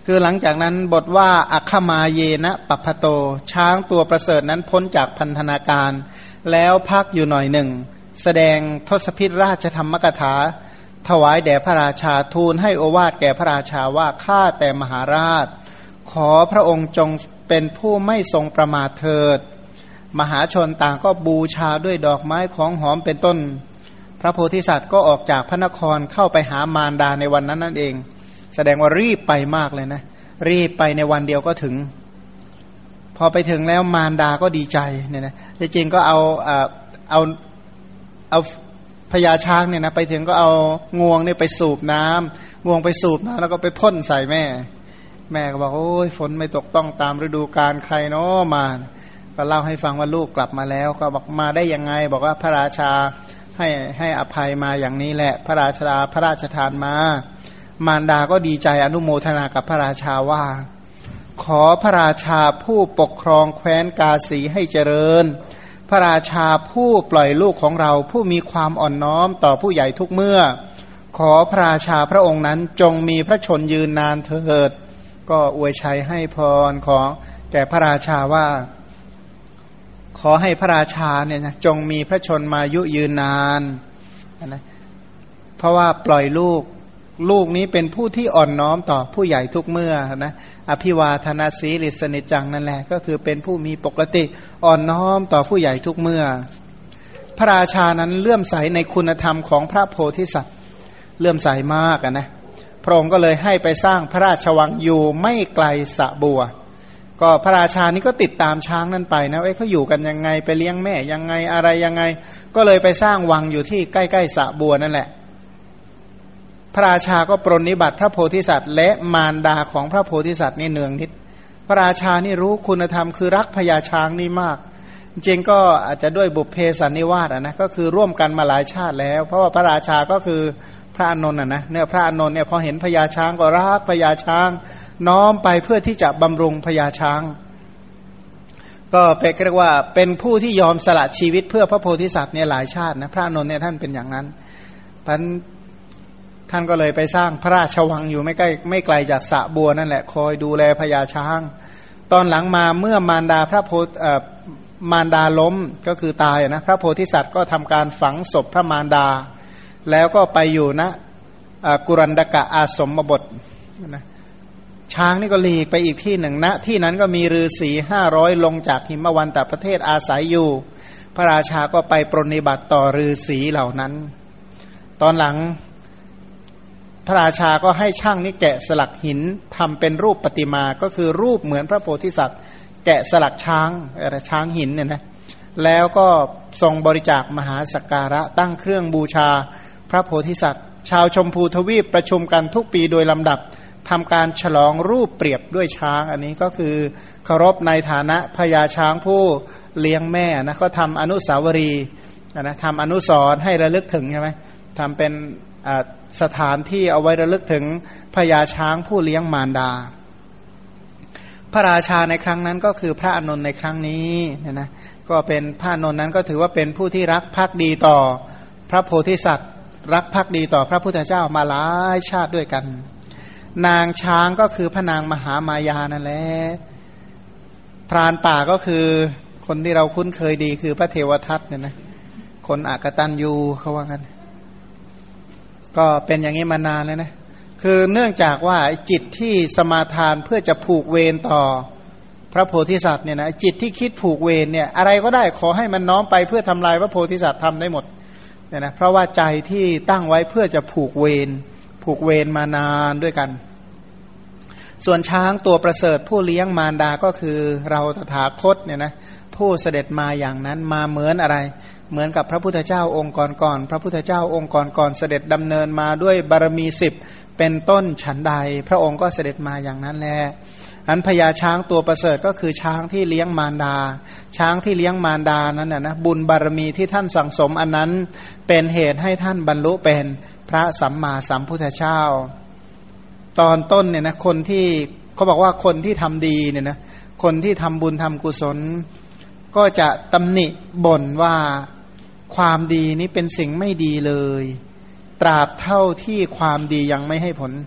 คือหลังจากนั้นบทว่าอัคคมาเยนะปัพพโตช้างตัวประเสริฐนั้นพ้นจากพันธนาการแล้วพักอยู่หน่อยหนึ่งแสดงทศพิธราชธรรมกถาถวายแด่พระราชาทูลให้โอวาทแก่พระราชาว่าข้าแต่มหาราชขอพระองค์จงเป็นผู้ไม่ทรงประมาทเถิดมหาชนต่างก็บูชาด้วยดอกไม้ของหอมเป็นต้นพระโพธิสัตว์ก็ออกจากพระนครเข้าไปหามารดาในวันนั้นนั่นเองแสดงว่ารีบไปมากเลยนะรีบไปในวันเดียวก็ถึงพอไปถึงแล้วมารดาก็ดีใจเนี่ยนะจริงๆก็เอาเอาเอาเอาพญาช้างเนี่ยนะไปถึงก็เอางวงเนี่ยไปสูบน้ำงวงไปสูบน้ำแล้วก็ไปพ่นใส่แม่แม่ก็บอกโอ้ยฝนไม่ตกต้องตามฤดูกาลใครเนาะมาก็เล่าให้ฟังว่าลูกกลับมาแล้วก็บอกมาได้ยังไงบอกว่าพระราชาให้ให้อภัยมาอย่างนี้แหละพระราชาพระราชทานมามารดาก็ดีใจอนุโมทนากับพระราชาว่าขอพระราชาผู้ปกครองแคว้นกาสีให้เจริญพระราชาผู้ปล่อยลูกของเราผู้มีความอ่อนน้อมต่อผู้ใหญ่ทุกเมื่อขอพระราชาพระองค์นั้นจงมีพระชนยืนนานเถิดก็อวยชัยให้พรของแก่พระราชาว่าขอให้พระราชาเนี่ยนะจงมีพระชนมายุยืนนานนะเพราะว่าปล่อยลูกลูกนี้เป็นผู้ที่อ่อนน้อมต่อผู้ใหญ่ทุกเมื่อนะอภิวาทนาสีลิสนิจังนั่นแหละก็คือเป็นผู้มีปกติอ่อนน้อมต่อผู้ใหญ่ทุกเมื่อพระราชานั้นเลื่อมใสในคุณธรรมของพระโพธิสัตว์เลื่อมใสมากนะพระองค์ก็เลยให้ไปสร้างพระราชวังอยู่ไม่ไกลสระบัวก็พระราชานี่ก็ติดตามช้างนั่นไปนะเอ้ยเขาอยู่กันยังไงไปเลี้ยงแม่ยังไงอะไรยังไงก็เลยไปสร้างวังอยู่ที่ใกล้ๆสระบัวนั่นแหละพระราชาก็ปรนนิบัติพระโพธิสัตว์และมารดาของพระโพธิสัตว์นี่เนืองนิดพระราชานี่รู้คุณธรรมคือรักพญาช้างนี่มากจริงก็อาจจะด้วยบุพเพสันนิวาสอ่ะนะก็คือร่วมกันมาหลายชาติแล้วเพราะว่าพระราชาก็คือพระอานนท์อ่ะนะเนี่ยพระอานนท์เนี่ยพอเห็นพญาช้างก็รักพญาช้างน้อมไปเพื่อที่จะบำรุงพญาช้างก็เป็นเรียกว่าเป็นผู้ที่ยอมสละชีวิตเพื่อพระโพธิสัตว์เนี่ยหลายชาตินะพระอานนท์เนี่ยท่านเป็นอย่างนั้นพันท่านก็เลยไปสร้างพระราชวังอยู่ไม่ใกล้ไม่ไกลจากสระบัวนั่นแหละคอยดูแลพญาช้างตอนหลังมาเมื่อมารดาพระโพธิมารดาล้มก็คือตายนะพระโพธิสัตว์ก็ทำการฝังศพพระมารดาแล้วก็ไปอยู่ณกุรันดกะอาสมบทนะช้างนี่ก็หลีกไปอีกที่หนึ่งณที่นั้นก็มีฤาษีห้าร้อยลงจากหิมวันตประเทศอาศัยอยู่พระราชาก็ไปปรนนิบัติต่อฤาษีเหล่านั้นตอนหลังพระราชาก็ให้ช่างนี่แกะสลักหินทำเป็นรูปประติมาก็คือรูปเหมือนพระโพธิสัตว์แกะสลักช้างอะไรช้างหินเนี่ยนะแล้วก็ทรงบริจาคมหาสักการะตั้งเครื่องบูชาพระโพธิสัตว์ชาวชมพูทวีปประชุมกันทุกปีโดยลำดับทำการฉลองรูปเปรียบด้วยช้างอันนี้ก็คือเคารพในฐานะพญาช้างผู้เลี้ยงแม่นะก็ทำอนุสาวรีย์นะทำอนุสรณ์ให้ระลึกถึงใช่ไหมทำเป็นสถานที่เอาไว้ระลึกถึงพญาช้างผู้เลี้ยงมารดาพระราชาในครั้งนั้นก็คือพระอานนท์ในครั้งนี้เนี่ยนะก็เป็นพระอานนท์นั้นก็ถือว่าเป็นผู้ที่รักภักดีต่อพระโพธิสัตว์รักภักดีต่อพระพุทธเจ้ามาหลายชาติด้วยกันนางช้างก็คือพระนางมหามายานั่นแหละพรานป่าก็คือคนที่เราคุ้นเคยดีคือพระเทวทัตเนี่ยนะคนอกตัญญูเขาว่ากันก็เป็นอย่างนี้มานานแล้วนะคือเนื่องจากว่าจิตที่สมาทานเพื่อจะผูกเวรต่อพระโพธิสัตว์เนี่ยนะจิตที่คิดผูกเวรเนี่ยอะไรก็ได้ขอให้มันน้อมไปเพื่อทำลายพระโพธิสัตว์ทำได้หมดเนี่ยนะเพราะว่าใจที่ตั้งไว้เพื่อจะผูกเวรผูกเวรมานานด้วยกันส่วนช้างตัวประเสริฐผู้เลี้ยงมารดาก็คือเราตถาคตเนี่ยนะผู้เสด็จมาอย่างนั้นมาเหมือนอะไรเหมือนกับพระพุทธเจ้าองค์ก่อนๆพระพุทธเจ้าองค์ก่อนๆเสด็จดำเนินมาด้วยบารมีสิบเป็นต้นฉันใดพระองค์ก็เสด็จมาอย่างนั้นแหละอันพญาช้างตัวประเสริฐก็คือช้างที่เลี้ยงมารดาช้างที่เลี้ยงมารดานั้นน่ะนะบุญบารมีที่ท่านสั่งสมอันนั้นเป็นเหตุให้ท่านบรรลุเป็นพระสัมมาสัมพุทธเจ้าตอนต้นเนี่ยนะคนที่เขาบอกว่าคนที่ทำดีเนี่ยนะคนที่ทำบุญทำกุศลก็จะตำหนิบ่นว่าความดีนี้เป็นสิ่งไม่ดีเลยตราบเท่าที่ความดียังไม่ให้ผล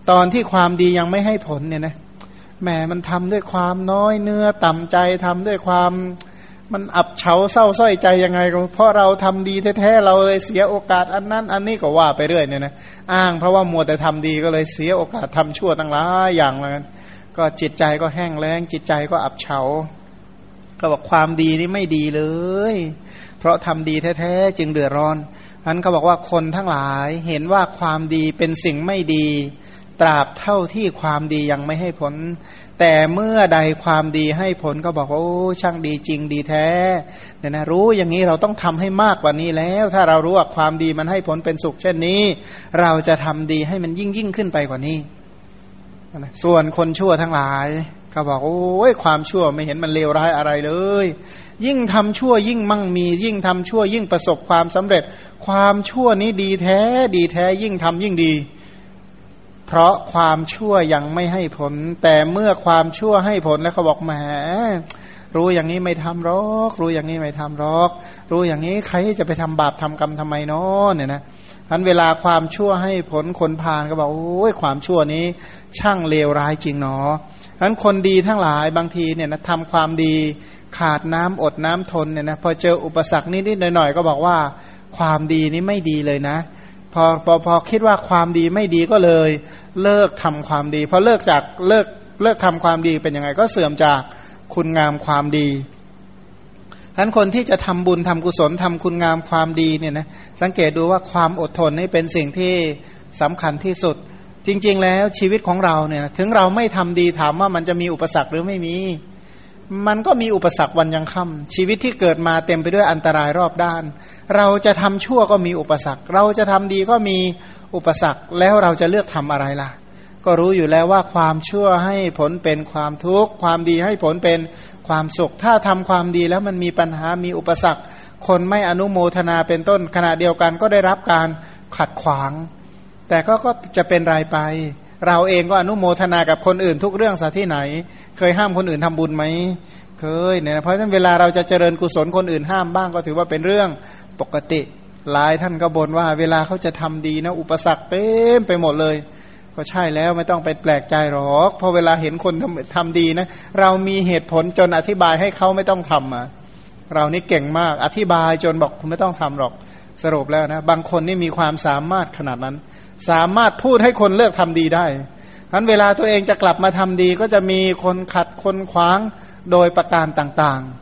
ตอนที่ความดียังไม่ให้ผลเนี่ยนะแหมมันทำด้วยความน้อยเนื้อต่ำใจทำด้วยความมันอับเฉาเศร้าส้อยใจยังไงก็เพราะเราทำดีแท้ๆเราเลยเสียโอกาสอันนั้นอันนี้ก็ว่าไปเรื่อยเนี่ยนะอ้างเพราะว่ามัวแต่ทำดีก็เลยเสียโอกาสทำชั่วตั้งหลายอย่างเลยก็จิตใจก็แห้งแล้งจิตใจก็อับเฉาก็บอกความดีนี่ไม่ดีเลยเพราะทำดีแท้ๆจึงเดือดร้อนนั้นเขาบอกว่าคนทั้งหลายเห็นว่าความดีเป็นสิ่งไม่ดีตราบเท่าที่ความดียังไม่ให้ผลแต่เมื่อใดความดีให้ผลก็บอกว่าโอ้ช่างดีจริงดีแท้เนี่ยนะรู้อย่างนี้เราต้องทำให้มากกว่านี้แล้วถ้าเรารู้ว่าความดีมันให้ผลเป็นสุขเช่นนี้เราจะทำดีให้มันยิ่งยิ่งขึ้นไปกว่านี้ส่วนคนชั่วทั้งหลายก็บอกโอ้ยความชั่วไม่เห็นมันเลวร้ายอะไรเลยยิ่งทำชั่วยิ่งมั่งมียิ่งทำชั่วยิ่งประสบความสำเร็จความชั่วนี้ดีแท้ดีแท้ยิ่งทำยิ่งดีเพราะความชั่วยังไม่ให้ผลแต่เมื่อความชั่วให้ผลแล้วเขาบอกแหมรู้อย่างนี้ไม่ทำหรอกรู้อย่างนี้ไม่ทำหรอกรู้อย่างนี้ใครจะไปทำบาปทำกรรมทำไมเนาะเนี่ยนะอันเวลาความชั่วให้ผลคนพาลก็บอกโอ้ยความชั่วนี้ช่างเลวร้ายจริงเนาะอันคนดีทั้งหลายบางทีเนี่ยนะทำความดีขาดน้ำอดน้ำทนเนี่ยนะพอเจออุปสรรคนิดๆหน่อยๆก็บอกว่าความดีนี้ไม่ดีเลยนะพอพอพอคิดว่าความดีไม่ดีก็เลยเลิกทำความดีพอเลิกจากเลิกเลิกทำความดีเป็นยังไงก็เสื่อมจากคุณงามความดีฉะนั้นคนที่จะทำบุญทำกุศลทำคุณงามความดีเนี่ยนะสังเกตดูว่าความอดทนนี่เป็นสิ่งที่สำคัญที่สุดจริงๆแล้วชีวิตของเราเนี่ยถึงเราไม่ทำดีถามว่ามันจะมีอุปสรรคหรือไม่มีมันก็มีอุปสรรควันยังค่ำชีวิตที่เกิดมาเต็มไปด้วยอันตรายรอบด้านเราจะทำชั่วก็มีอุปสรรคเราจะทำดีก็มีอุปสรรคแล้วเราจะเลือกทำอะไรล่ะก็รู้อยู่แล้วว่าความชั่วให้ผลเป็นความทุกข์ความดีให้ผลเป็นความสุขถ้าทำความดีแล้วมันมีปัญหามีอุปสรรคคนไม่อนุโมทนาเป็นต้นขณะเดียวกันก็ได้รับการขัดขวางแต่ก็ก็จะเป็นรายไปเราเองก็อนุโมทนากับคนอื่นทุกเรื่องซะที่ไหนเคยห้ามคนอื่นทำบุญไหมเคยเนี่ยเพราะฉะนั้นเวลาเราจะเจริญกุศลคนอื่นห้ามบ้างก็ถือว่าเป็นเรื่องปกติหลายท่านก็บ่นว่าเวลาเขาจะทำดีนะอุปสรรคเต็มไปหมดเลยก็ใช่แล้วไม่ต้องไปแปลกใจหรอกเพราะเวลาเห็นคนทำทำดีนะเรามีเหตุผลจนอธิบายให้เขาไม่ต้องทำอ่ะเรานี่เก่งมากอธิบายจนบอกคุณไม่ต้องทำหรอกสรุปแล้วนะบางคนนี่มีความสามารถขนาดนั้นสามารถพูดให้คนเลิกทำดีได้ฉะนั้นเวลาตัวเองจะกลับมาทำดีก็จะมีคนขัดคนขวางโดยประการต่าง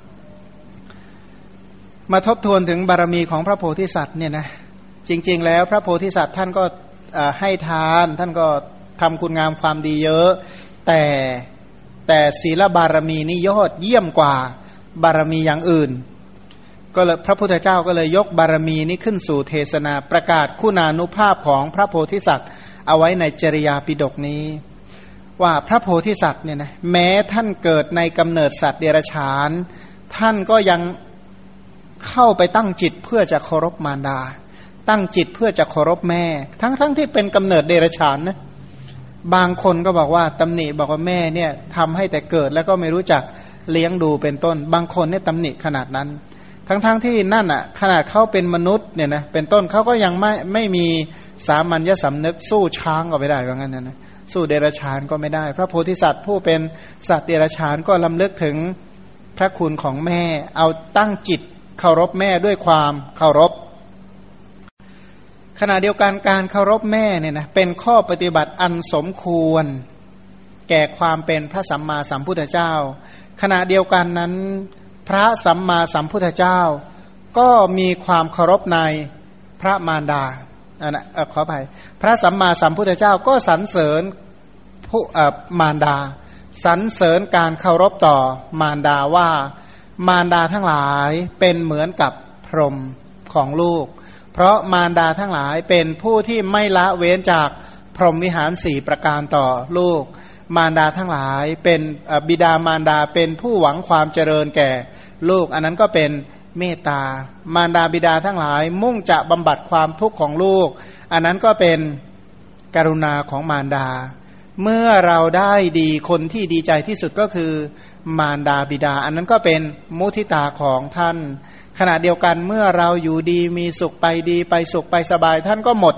ๆมาทบทวนถึงบารมีของพระโพธิสัตว์เนี่ยนะจริงๆแล้วพระโพธิสัตว์ท่านก็ให้ทานท่านก็ทำคุณงามความดีเยอะแต่แต่ศีลบารมีนี่ยอดเยี่ยมกว่าบารมีอย่างอื่นก็เลยพระพุทธเจ้าก็เลยยกบารมีนี้ขึ้นสู่เทศนาประกาศคุณานุภาพของพระโพธิสัตว์เอาไว้ในจริยาปิฎกนี้ว่าพระโพธิสัตว์เนี่ยนะแม้ท่านเกิดในกำเนิดสัตว์เดรัจฉานท่านก็ยังเข้าไปตั้งจิตเพื่อจะเคารพมารดาตั้งจิตเพื่อจะเคารพแม่ทั้งๆ ท, ที่เป็นกำเนิดเดรัจฉานนะบางคนก็บอกว่าตำหนิบอกว่าแม่เนี่ยทำให้แต่เกิดแล้วก็ไม่รู้จักเลี้ยงดูเป็นต้นบางคนเนี่ยตำหนิขนาดนั้นทั้งๆ ท, ที่นั่นอ่ะขนาดเขาเป็นมนุษย์เนี่ยนะเป็นต้นเขาก็ยังไม่ไม่มีสามัญญสำนึกสู้ช้างก็ไม่ได้ว่างั้นนะสู้เดรัจฉานก็ไม่ได้พระโพธิสัตว์ผู้เป็นสัตว์เดรัจฉานก็ลำลึกถึงพระคุณของแม่เอาตั้งจิตเคารพแม่ด้วยความเคารพขณะเดียวกันการเคารพแม่เนี่ยนะเป็นข้อปฏิบัติอันสมควรแก่ความเป็นพระสัมมาสัมพุทธเจ้าขณะเดียวกันนั้นพระสัมมาสัมพุทธเจ้าก็มีความเคารพในพระมารดาอ่านะเอ่อขออภัยพระสัมมาสัมพุทธเจ้าก็สรรเสริญผู้เอ่อมารดาสรรเสริญการเคารพต่อมารดาว่ามารดาทั้งหลายเป็นเหมือนกับพรหมของลูกเพราะมารดาทั้งหลายเป็นผู้ที่ไม่ละเว้นจากพรหมวิหารสี่ประการต่อลูกมารดาทั้งหลายเป็นบิดามารดาเป็นผู้หวังความเจริญแก่ลูกอันนั้นก็เป็นเมตตามารดาบิดาทั้งหลายมุ่งจะบำบัดความทุกข์ของลูกอันนั้นก็เป็นกรุณาของมารดาเมื่อเราได้ดีคนที่ดีใจที่สุดก็คือมารดาบิดาอันนั้นก็เป็นมุทิตาของท่านขณะเดียวกันเมื่อเราอยู่ดีมีสุขไปดีไปสุขไปสบายท่านก็หมด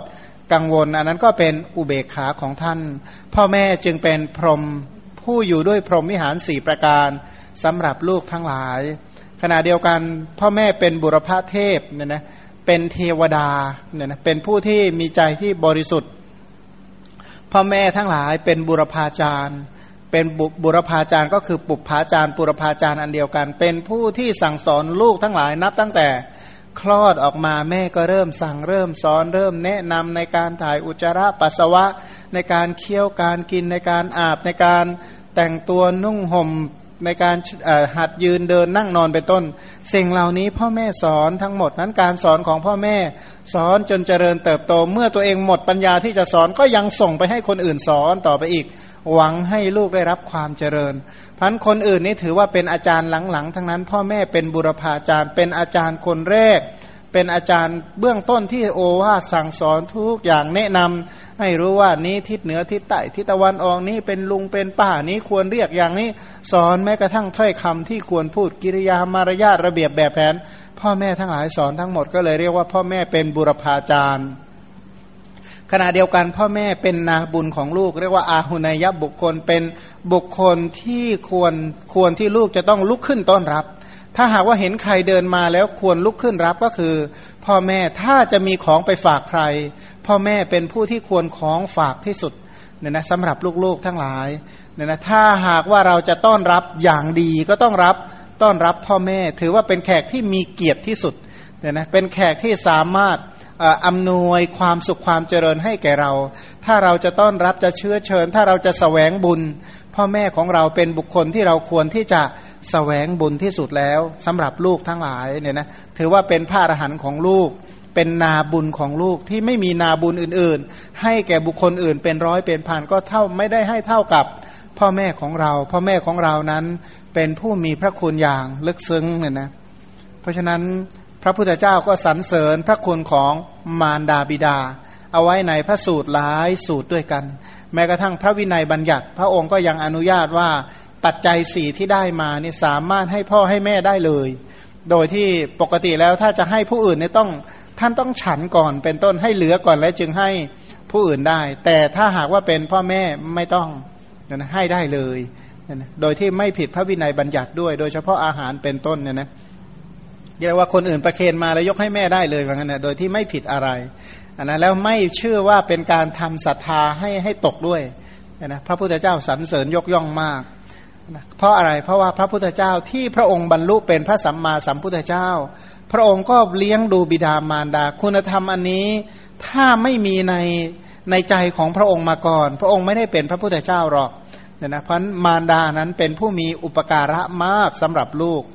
กังวลอันนั้นก็เป็นอุเบกขาของท่านพ่อแม่จึงเป็นพรหมผู้อยู่ด้วยพรหมวิหารสี่ประการสำหรับลูกทั้งหลายขณะเดียวกันพ่อแม่เป็นบุรพเทพเนี่ยนะเป็นเทวดาเนี่ยนะเป็นผู้ที่มีใจที่บริสุทธิ์พ่อแม่ทั้งหลายเป็นบุรพาจารย์เป็นบุรพาจารย์ก็คือปุพพาจารย์ปุรพาจารย์อันเดียวกันเป็นผู้ที่สั่งสอนลูกทั้งหลายนับตั้งแต่คลอดออกมาแม่ก็เริ่มสั่งเริ่มสอนเริ่มแนะนำในการถ่ายอุจจาระปัสสาวะในการเคี้ยวการกินในการอาบในการแต่งตัวนุ่งห่มในการหัดยืนเดินนั่งนอนเป็นต้นสิ่งเหล่านี้พ่อแม่สอนทั้งหมดนั้นการสอนของพ่อแม่สอนจนเจริญเติบโตเมื่อตัวเองหมดปัญญาที่จะสอนก็ยังส่งไปให้คนอื่นสอนต่อไปอีกหวังให้ลูกได้รับความเจริญพันคนอื่นนี่ถือว่าเป็นอาจารย์หลังๆทั้งนั้นพ่อแม่เป็นบุรพาจารย์เป็นอาจารย์คนแรกเป็นอาจารย์เบื้องต้นที่โอวาทสั่งสอนทุกอย่างแนะนำให้รู้ว่านี้ทิศเหนือทิศใต้ทิศตะวันออกนี้เป็นลุงเป็นป้านี้ควรเรียกอย่างนี้สอนแม้กระทั่งถ้อยคำที่ควรพูดกิริยามารยาทระเบียบแบบแผนพ่อแม่ทั้งหลายสอนทั้งหมดก็เลยเรียกว่าพ่อแม่เป็นบุรพาจารย์ขณะเดียวกันพ่อแม่เป็นนาบุญของลูกเรียกว่าอาหุนายบุคคลเป็นบุคคลที่ควรควรที่ลูกจะต้องลุกขึ้นต้อนรับถ้าหากว่าเห็นใครเดินมาแล้วควรลุกขึ้นรับก็คือพ่อแม่ถ้าจะมีของไปฝากใครพ่อแม่เป็นผู้ที่ควรของฝากที่สุดเนี่ยนะสำหรับลูกๆทั้งหลายเนี่ยนะถ้าหากว่าเราจะต้อนรับอย่างดีก็ต้องรับต้อนรับพ่อแม่ถือว่าเป็นแขกที่มีเกียรติที่สุดเนี่ยนะเป็นแขกที่สามารถอำนวยความสุขความเจริญให้แก่เราถ้าเราจะต้อนรับจะเชื้อเชิญถ้าเราจะแสวงบุญพ่อแม่ของเราเป็นบุคคลที่เราควรที่จะแสวงบุญที่สุดแล้วสำหรับลูกทั้งหลายเนี่ยนะถือว่าเป็นพระอรหันต์ของลูกเป็นนาบุญของลูกที่ไม่มีนาบุญอื่นๆให้แก่บุคคลอื่นเป็นร้อยเป็นพันก็เท่าไม่ได้ให้เท่ากับพ่อแม่ของเราพ่อแม่ของเรานั้นเป็นผู้มีพระคุณอย่างลึกซึ้งเนี่ยนะเพราะฉะนั้นพระพุทธเจ้าก็สรรเสริญพระคุณของมารดาบิดาเอาไว้ในพระสูตรหลายสูตรด้วยกันแม้กระทั่งพระวินัยบัญญัติพระองค์ก็ยังอนุญาตว่าปัจจัยสี่ที่ได้มานี่สามารถให้พ่อให้แม่ได้เลยโดยที่ปกติแล้วถ้าจะให้ผู้อื่นเนี่ยต้องท่านต้องฉันก่อนเป็นต้นให้เหลือก่อนแล้วจึงให้ผู้อื่นได้แต่ถ้าหากว่าเป็นพ่อแม่ไม่ต้องนะให้ได้เลยนะโดยที่ไม่ผิดพระวินัยบัญญัติด้วยโดยเฉพาะอาหารเป็นต้นเนี่ยนะเรียกว่าคนอื่นประเคนมาแล้วยกให้แม่ได้เลยว่างั้นนะโดยที่ไม่ผิดอะไรอันนั้นแล้วไม่เชื่อว่าเป็นการทำศรัทธาให้ให้ตกด้วยนะพระพุทธเจ้าสรรเสริญยกย่องมากนะเพราะอะไรเพราะว่าพระพุทธเจ้าที่พระองค์บรรลุเป็นพระสัมมาสัมพุทธเจ้าพระองค์ก็เลี้ยงดูบิดามารดาคุณธรรมอันนี้ถ้าไม่มีในในใจของพระองค์มาก่อนพระองค์ไม่ได้เป็นพระพุทธเจ้าหรอกเนี่ยนะเพราะมารดานั้นเป็นผู้มีอุปการะมากสำหรับลูก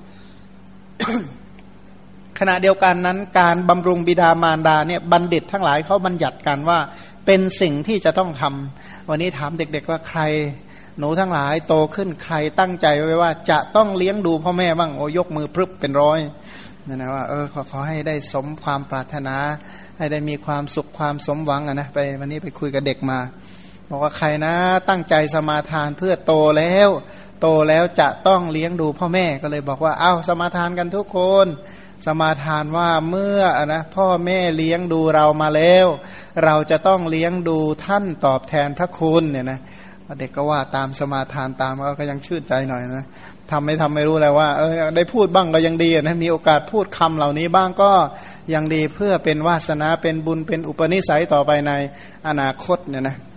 ขณะเดียวกันนั้นการบำรุงบิดามารดาเนี่ยบัณฑิตทั้งหลายเขาบัญญัติกันว่าเป็นสิ่งที่จะต้องทำวันนี้ถามเด็กๆว่าใครหนูทั้งหลายโตขึ้นใครตั้งใจไว้ว่าจะต้องเลี้ยงดูพ่อแม่บ้างโอ้ยกมือพรึบเป็นร้อยนั่นนะว่าเออขอขอให้ได้สมความปรารถนาให้ได้มีความสุขความสมหวังอ่ะนะไปวันนี้ไปคุยกับเด็กมาบอกว่าใครนะตั้งใจสมาทานเพื่อโตแล้วโตแล้วจะต้องเลี้ยงดูพ่อแม่ก็เลยบอกว่าอ้าวสมาทานกันทุกคนสมาทานว่าเมื่อนะพ่อแม่เลี้ยงดูเรามาแล้วเราจะต้องเลี้ยงดูท่านตอบแทนพระคุณเนี่ยนะเด็กก็ว่าตามสมาทานตามก็ยังชื่นใจหน่อยนะทำไม่ทำไม่รู้แล้วว่าเออได้พูดบ้างก็ยังดีนะมีโอกาสพูดคำเหล่านี้บ้างก็ยังดีเพื่อเป็นวาสนาเป็นบุญเป็นอุปนิสัยต่อไปในอนาคตเนี่ยนะ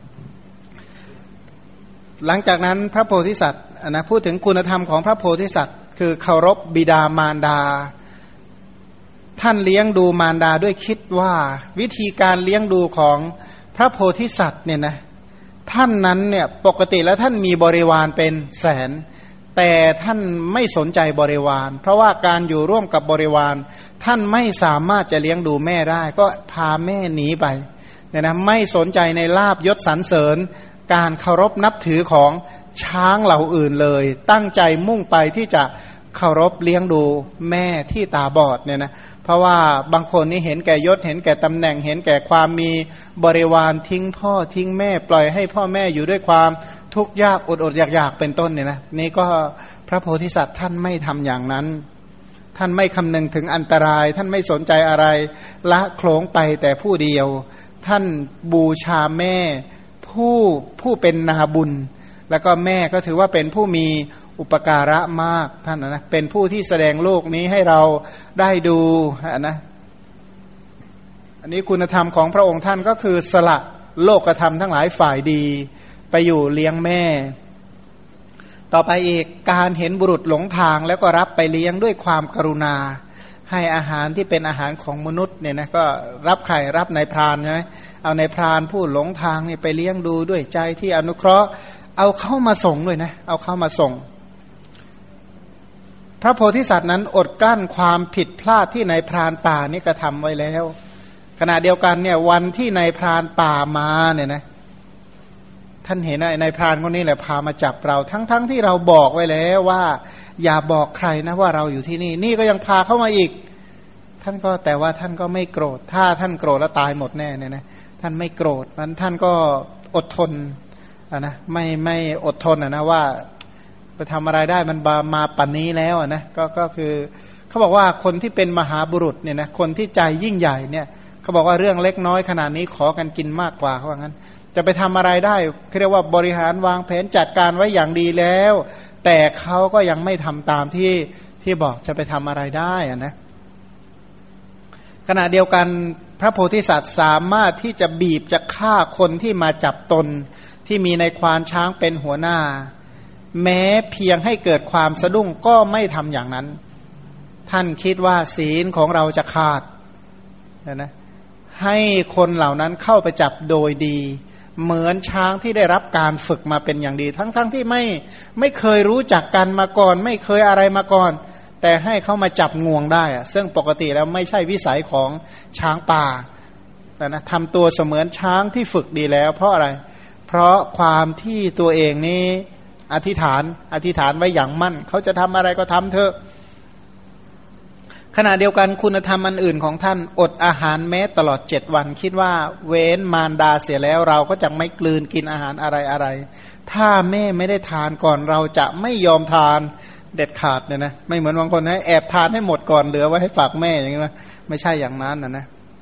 หลังจากนั้นพระโพธิสัตว์นะพูดถึงคุณธรรมของพระโพธิสัตว์คือเคารพบิดามารดาท่านเลี้ยงดูมารดาด้วยคิดว่าวิธีการเลี้ยงดูของพระโพธิสัตว์เนี่ยนะท่านนั้นเนี่ยปกติแล้วท่านมีบริวารเป็นแสนแต่ท่านไม่สนใจบริวารเพราะว่าการอยู่ร่วมกับบริวารท่านไม่สามารถจะเลี้ยงดูแม่ได้ก็พาแม่หนีไปเนี่ยนะไม่สนใจในลาภยศสรรเสริญการเคารพนับถือของช้างเหล่าอื่นเลยตั้งใจมุ่งไปที่จะเคารพเลี้ยงดูแม่ที่ตาบอดเนี่ยนะเพราะว่าบางคนนี่เห็นแก่ยศเห็นแก่ตำแหน่งเห็นแก่ความมีบริวารทิ้งพ่อทิ้งแม่ปล่อยให้พ่อแม่อยู่ด้วยความทุกข์ยากอดอดอยากๆเป็นต้นเนี่ยนะนี่ก็พระโพธิสัตว์ท่านไม่ทำอย่างนั้นท่านไม่คำนึงถึงอันตรายท่านไม่สนใจอะไรละโขลงไปแต่ผู้เดียวท่านบูชาแม่ผู้ผู้เป็นนาบุญแล้วก็แม่ก็ถือว่าเป็นผู้มีอุปการะมากท่านนะเป็นผู้ที่แสดงโลกนี้ให้เราได้ดูนะอันนี้คุณธรรมของพระองค์ท่านก็คือสละโลกธรรมทั้งหลายฝ่ายดีไปอยู่เลี้ยงแม่ต่อไปอีกการเห็นบุรุษหลงทางแล้วก็รับไปเลี้ยงด้วยความกรุณาให้อาหารที่เป็นอาหารของมนุษย์เนี่ยนะก็รับไข่รับนายพรานใช่ไหมเอานายพรานผู้หลงทางเนี่ยไปเลี้ยงดูด้วยใจที่อนุเคราะห์เอาเข้ามาส่งด้วยนะเอาเข้ามาส่งพระโพธิสัตว์นั้นอดกั้นความผิดพลาดที่นายพรานป่านี่กระทำไว้แล้วขณะเดียวกันเนี่ยวันที่นายพรานป่ามาเนี่ยนะท่านเห็นนายพรานคนนี้แหละพามาจับเราทั้งๆ ท, ที่เราบอกไว้แล้วว่าอย่าบอกใครนะว่าเราอยู่ที่นี่นี่ก็ยังพาเข้ามาอีกท่านก็แต่ว่าท่านก็ไม่โกรธถ้าท่านโกรธแล้วตายหมดแน่เนี่ยนะท่านไม่โกรธนั้นท่านก็อดทนอ่ะนะไม่ไม่อดทนอ่ะนะว่าไปทำอะไรได้มันมามาป่านนี้แล้วอ่ะนะก็ก็คือเขาบอกว่าคนที่เป็นมหาบุรุษเนี่ยนะคนที่ใจยิ่งใหญ่เนี่ยเขาบอกว่าเรื่องเล็กน้อยขนาดนี้ขอกันกินมากกว่าเขาว่างั้นจะไปทำอะไรได้เรียกว่าบริหารวางแผนจัดการไว้อย่างดีแล้วแต่เขาก็ยังไม่ทำตามที่ที่บอกจะไปทำอะไรได้อ่ะนะขณะเดียวกันพระโพธิสัตว์สามารถที่จะบีบจะฆ่าคนที่มาจับตนที่มีในควานช้างเป็นหัวหน้าแม้เพียงให้เกิดความสะดุ้งก็ไม่ทำอย่างนั้นท่านคิดว่าศีลของเราจะขาดนะให้คนเหล่านั้นเข้าไปจับโดยดีเหมือนช้างที่ได้รับการฝึกมาเป็นอย่างดีทั้งๆ ท, ที่ไม่ไม่เคยรู้จักกันมาก่อนไม่เคยอะไรมาก่อนแต่ให้เขามาจับงวงได้อะซึ่งปกติแล้วไม่ใช่วิสัยของช้างป่าแต่นะทำตัวเสมือนช้างที่ฝึกดีแล้วเพราะอะไรเพราะความที่ตัวเองนี้อธิษฐานอธิษฐานไว้อย่างมั่นเขาจะทำอะไรก็ทำเถอะขณะเดียวกันคุณธรรมอันอื่นของท่านอดอาหารแม้ตลอดเจ็ดวันคิดว่าเว้นมารดาเสียแล้วเราก็จะไม่กลืนกินอาหารอะไรอะไรถ้าแม่ไม่ได้ทานก่อนเราจะไม่ยอมทานเด็ดขาดเนี่ยนะไม่เหมือนบางคนนะแอบทานให้หมดก่อนเหลือไว้ให้ฝากแม่อย่างนี้นะไม่ใช่อย่างนั้นนะนะ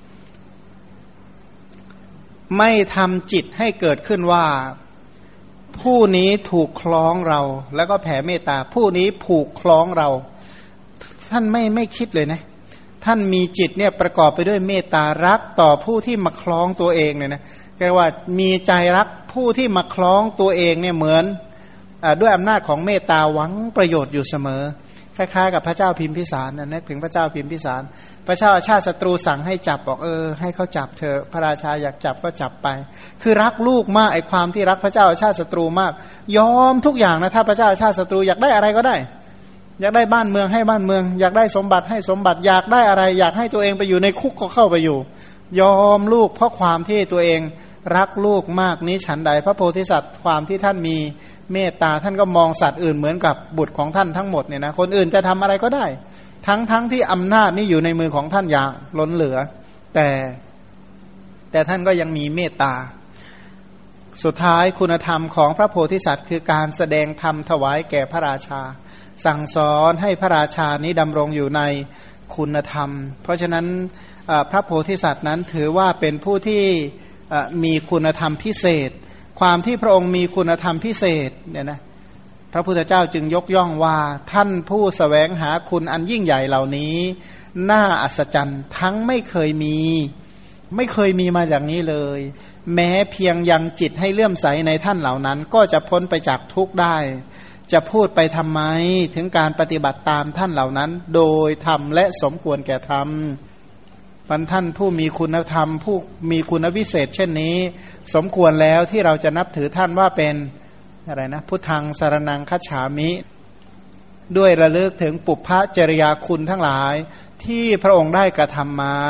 ไม่ทำจิตให้เกิดขึ้นว่าผู้นี้ถูกคล้องเราแล้วก็แผ่เมตตาผู้นี้ผูกคล้องเราท่านไม่ไม่คิดเลยนะท่านมีจิตเนี่ยประกอบไปด้วยเมตตารักต่อผู้ที่มาคล้องตัวเองเนี่ยนะเรียกว่ามีใจรักผู้ที่มาคล้องตัวเองเนี่ยเหมือนอ่าด้วยอำนาจของเมตตาหวังประโยชน์อยู่เสมอคล้ายๆกับพระเจ้าพิมพิสารนะนึกถึงพระเจ้าพิมพิสารพระเจ้าชาติศัตรูสั่งให้จับบอกเออให้เขาจับเถอะพระราชาอยากจับก็จับไปคือรักลูกมากไอ้ความที่รักพระเจ้าชาติศัตรูมากยอมทุกอย่างนะถ้าพระเจ้าชาติศัตรูอยากได้อะไรก็ได้อยากได้บ้านเมืองให้บ้านเมืองอยากได้สมบัติให้สมบัติอยากได้อะไรอยากให้ตัวเองไปอยู่ในคุกก็เข้าไปอยู่ยอมลูกเพราะความที่ตัวเองรักลูกมากนี้ฉันใดพระโพธิสัตว์ความที่ท่านมีเมตตาท่านก็มองสัตว์อื่นเหมือนกับบุตรของท่านทั้งหมดเนี่ยนะคนอื่นจะทำอะไรก็ได้ทั้งทั้งที่อำนาจนี่อยู่ในมือของท่านอย่างล้นเหลือแต่แต่ท่านก็ยังมีเมตตาสุดท้ายคุณธรรมของพระโพธิสัตว์คือการแสดงธรรมถวายแก่พระราชาสั่งสอนให้พระราชานี้ดำรงอยู่ในคุณธรรมเพราะฉะนั้นพระโพธิสัตว์นั้นถือว่าเป็นผู้ที่มีคุณธรรมพิเศษความที่พระองค์มีคุณธรรมพิเศษเนี่ยนะพระพุทธเจ้าจึงยกย่องว่าท่านผู้แสวงหาคุณอันยิ่งใหญ่เหล่านี้น่าอัศจรรย์ทั้งไม่เคยมีไม่เคยมีมาอย่างนี้เลยแม้เพียงยังจิตให้เลื่อมใสในท่านเหล่านั้นก็จะพ้นไปจากทุกข์ได้จะพูดไปทำไมถึงการปฏิบัติตามท่านเหล่านั้นโดยธรรมและสมควรแก่ธรรมปัญท่านผู้มีคุณธรรมผู้มีคุณวิเศษเช่นนี้สมควรแล้วที่เราจะนับถือท่านว่าเป็นอะไรนะพุทธังสรณังคัจฉามิด้วยระลึกถึงปุพพจริยาคุณทั้งหลายที่พระองค์ได้กระทำมา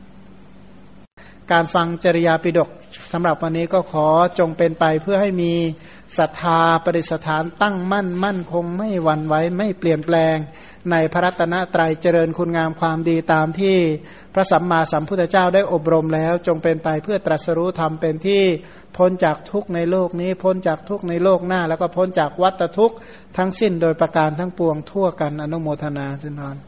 การฟังจริยาปิฎกสำหรับวันนี้ก็ขอจงเป็นไปเพื่อให้มีศรัทธาปฏิสถานตั้งมั่นมั่นคงไม่หวั่นไหวไม่เปลี่ยนแปลงในพระรัตนตรัยเจริญคุณงามความดีตามที่พระสัมมาสัมพุทธเจ้าได้อบรมแล้วจงเป็นไปเพื่อตรัสรู้ธรรมเป็นที่พ้นจากทุกข์ในโลกนี้พ้นจากทุกข์ในโลกหน้าแล้วก็พ้นจากวัฏทุกข์ทั้งสิ้นโดยประการทั้งปวงทั่วกันอนุโมทนาสินทร